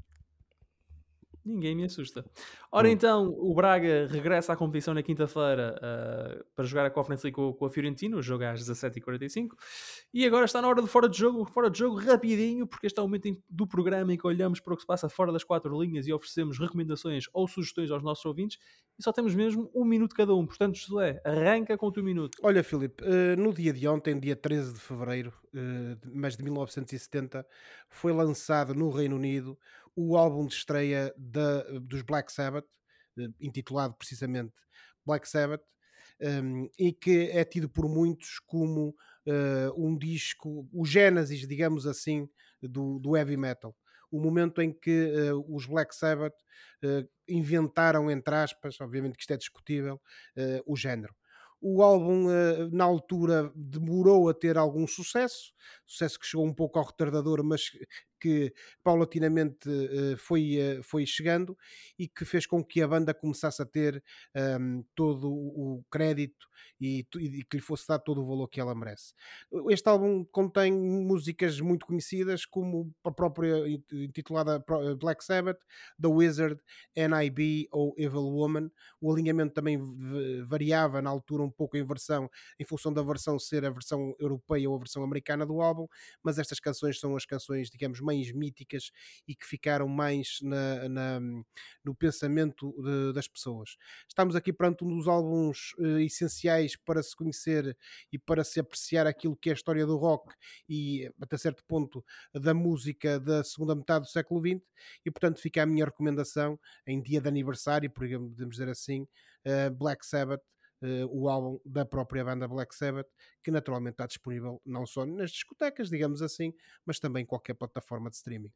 Ninguém me assusta. Ora Hum. então, o Braga regressa à competição na quinta-feira ah, para jogar a Conference League com, com a Fiorentina, o jogo é às dezassete e quarenta e cinco. E agora está na hora de fora de jogo, fora de jogo rapidinho, porque este é o momento em- do programa em que olhamos para o que se passa fora das quatro linhas e oferecemos recomendações ou sugestões aos nossos ouvintes. E só temos mesmo um minuto cada um. Portanto, José, arranca com o teu minuto. Olha, Filipe, eh, no dia de ontem, dia treze de fevereiro, eh, de- mas de mil novecentos e setenta, foi lançado no Reino Unido o álbum de estreia da- dos Black Sabbath, eh, intitulado precisamente Black Sabbath, um, e que é tido por muitos como eh, um disco, o Gênesis, digamos assim, do, do heavy metal. O momento em que eh, os Black Sabbath eh, inventaram, entre aspas, obviamente que isto é discutível, eh, o género. O álbum, eh, na altura, demorou a ter algum sucesso, sucesso que chegou um pouco ao retardador, mas que paulatinamente eh, foi, eh, foi chegando e que fez com que a banda começasse a ter ehm, todo o crédito e, tu- e que lhe fosse dado todo o valor que ela merece. Este álbum contém músicas muito conhecidas, como a própria int- intitulada Pro- Black Sabbath, The Wizard, N I B ou Evil Woman. O alinhamento também v- variava na altura um pouco em versão, em função da versão ser a versão europeia ou a versão americana do álbum, mas estas canções são as canções, digamos, mais míticas e que ficaram mais na, na- no pensamento de- das pessoas. Estamos aqui perante um dos álbuns eh, essenciais para se conhecer e para se apreciar aquilo que é a história do rock e, até certo ponto, da música da segunda metade do século vinte, e portanto fica a minha recomendação em dia de aniversário, podemos dizer assim, eh, Black Sabbath, eh, o álbum da própria banda Black Sabbath, que naturalmente está disponível não só nas discotecas, digamos assim, mas também em qualquer plataforma de streaming.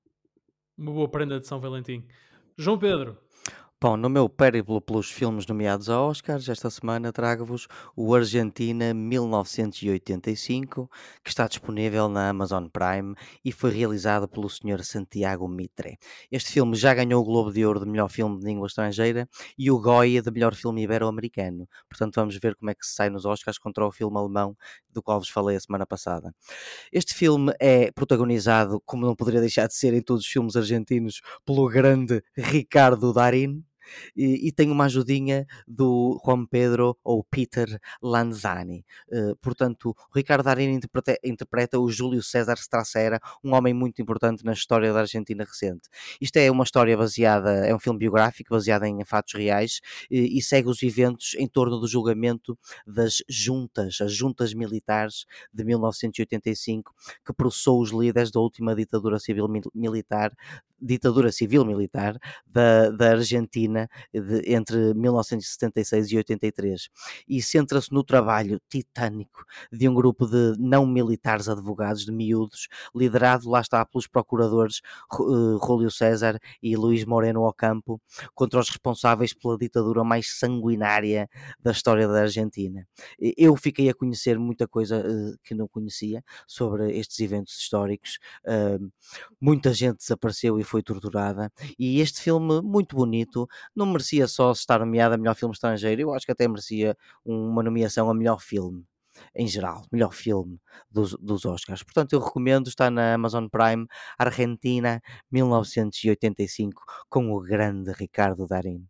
Uma boa prenda de São Valentim. João Pedro, Bom, no meu périplo pelos filmes nomeados a Oscars, esta semana trago-vos o Argentina mil novecentos e oitenta e cinco, que está disponível na Amazon Prime e foi realizado pelo senhor Santiago Mitre. Este filme já ganhou o Globo de Ouro de melhor filme de língua estrangeira e o Goya de melhor filme ibero-americano. Portanto, vamos ver como é que se sai nos Oscars contra o filme alemão do qual vos falei a semana passada. Este filme é protagonizado, como não poderia deixar de ser em todos os filmes argentinos, pelo grande Ricardo Darín. E, e tem uma ajudinha do Juan Pedro ou Peter Lanzani. Uh, portanto, o Ricardo Darín interpreta, interpreta o Júlio César Stracera, um homem muito importante na história da Argentina recente. Isto é uma história baseada, é um filme biográfico baseado em fatos reais e, e segue os eventos em torno do julgamento das juntas, as juntas militares de mil novecentos e oitenta e cinco, que processou os líderes da última ditadura civil militar, ditadura civil militar da, da Argentina de, entre mil novecentos e setenta e seis e oitenta e três, e centra-se no trabalho titânico de um grupo de não militares advogados de miúdos, liderado, lá está, pelos procuradores uh, Júlio César e Luís Moreno Ocampo, contra os responsáveis pela ditadura mais sanguinária da história da Argentina. Eu fiquei a conhecer muita coisa uh, que não conhecia sobre estes eventos históricos. Uh, muita gente desapareceu e foi torturada, e este filme, muito bonito, não merecia só estar nomeado a melhor filme estrangeiro, eu acho que até merecia uma nomeação a melhor filme em geral, melhor filme dos, dos Oscars. Portanto, eu recomendo, está na Amazon Prime, Argentina mil novecentos e oitenta e cinco, com o grande Ricardo Darín.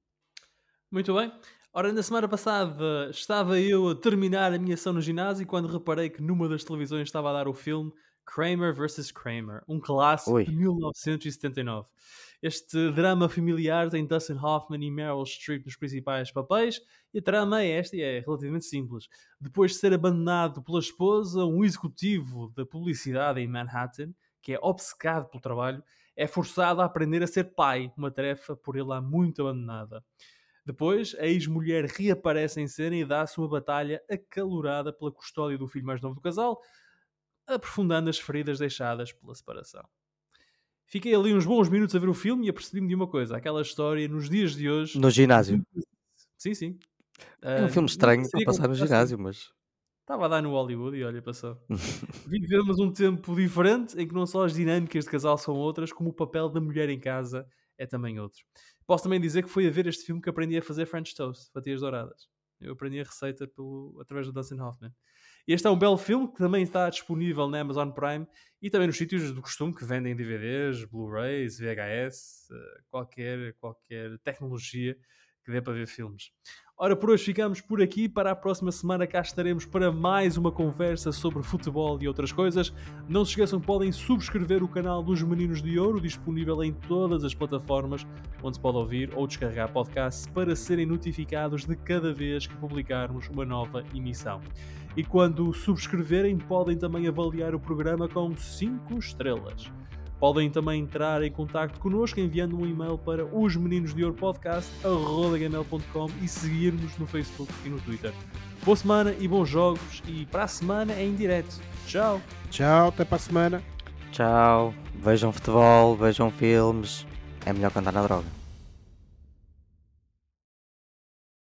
muito bem. Ora, na semana passada estava eu a terminar a minha ação no ginásio quando reparei que numa das televisões estava a dar o filme Kramer versus. Kramer, um clássico Ui. de mil novecentos e setenta e nove. Este drama familiar tem Dustin Hoffman e Meryl Streep nos principais papéis e a trama é esta e é relativamente simples. Depois de ser abandonado pela esposa, um executivo da publicidade em Manhattan, que é obcecado pelo trabalho, é forçado a aprender a ser pai, uma tarefa por ele há muito abandonada. Depois, a ex-mulher reaparece em cena e dá-se uma batalha acalorada pela custódia do filho mais novo do casal, aprofundando as feridas deixadas pela separação. Fiquei ali uns bons minutos a ver o filme e apercebi-me de uma coisa. Aquela história, nos dias de hoje... No ginásio. Sim, sim. É um Ah, filme nunca estranho para seria passar no como assim. ginásio, mas... Estava a dar no Hollywood e olha, passou. Vivemos um tempo diferente em que não só as dinâmicas de casal são outras, como o papel da mulher em casa é também outro. Posso também dizer que foi a ver este filme que aprendi a fazer French Toast, fatias douradas. Eu aprendi a receita pelo, através do Dustin Hoffman. Este é um belo filme que também está disponível na Amazon Prime e também nos sítios do costume que vendem D V Ds, Blu-rays, V H S, eh, qualquer, qualquer tecnologia que dê para ver filmes. Ora, por hoje ficamos por aqui. Para a próxima semana cá estaremos para mais uma conversa sobre futebol e outras coisas. Não se esqueçam, podem subscrever o canal dos Meninos de Ouro, disponível em todas as plataformas onde se pode ouvir ou descarregar podcasts, para serem notificados de cada vez que publicarmos uma nova emissão. E quando subscreverem, podem também avaliar o programa com cinco estrelas. Podem também entrar em contacto connosco enviando um e-mail para os meninos de ouro podcast arroba gmail ponto com e seguir-nos no Facebook e no Twitter. Boa semana e bons jogos, e para a semana é em direto. Tchau! Tchau, até para a semana. Tchau, vejam futebol, vejam filmes, é melhor que andar na droga.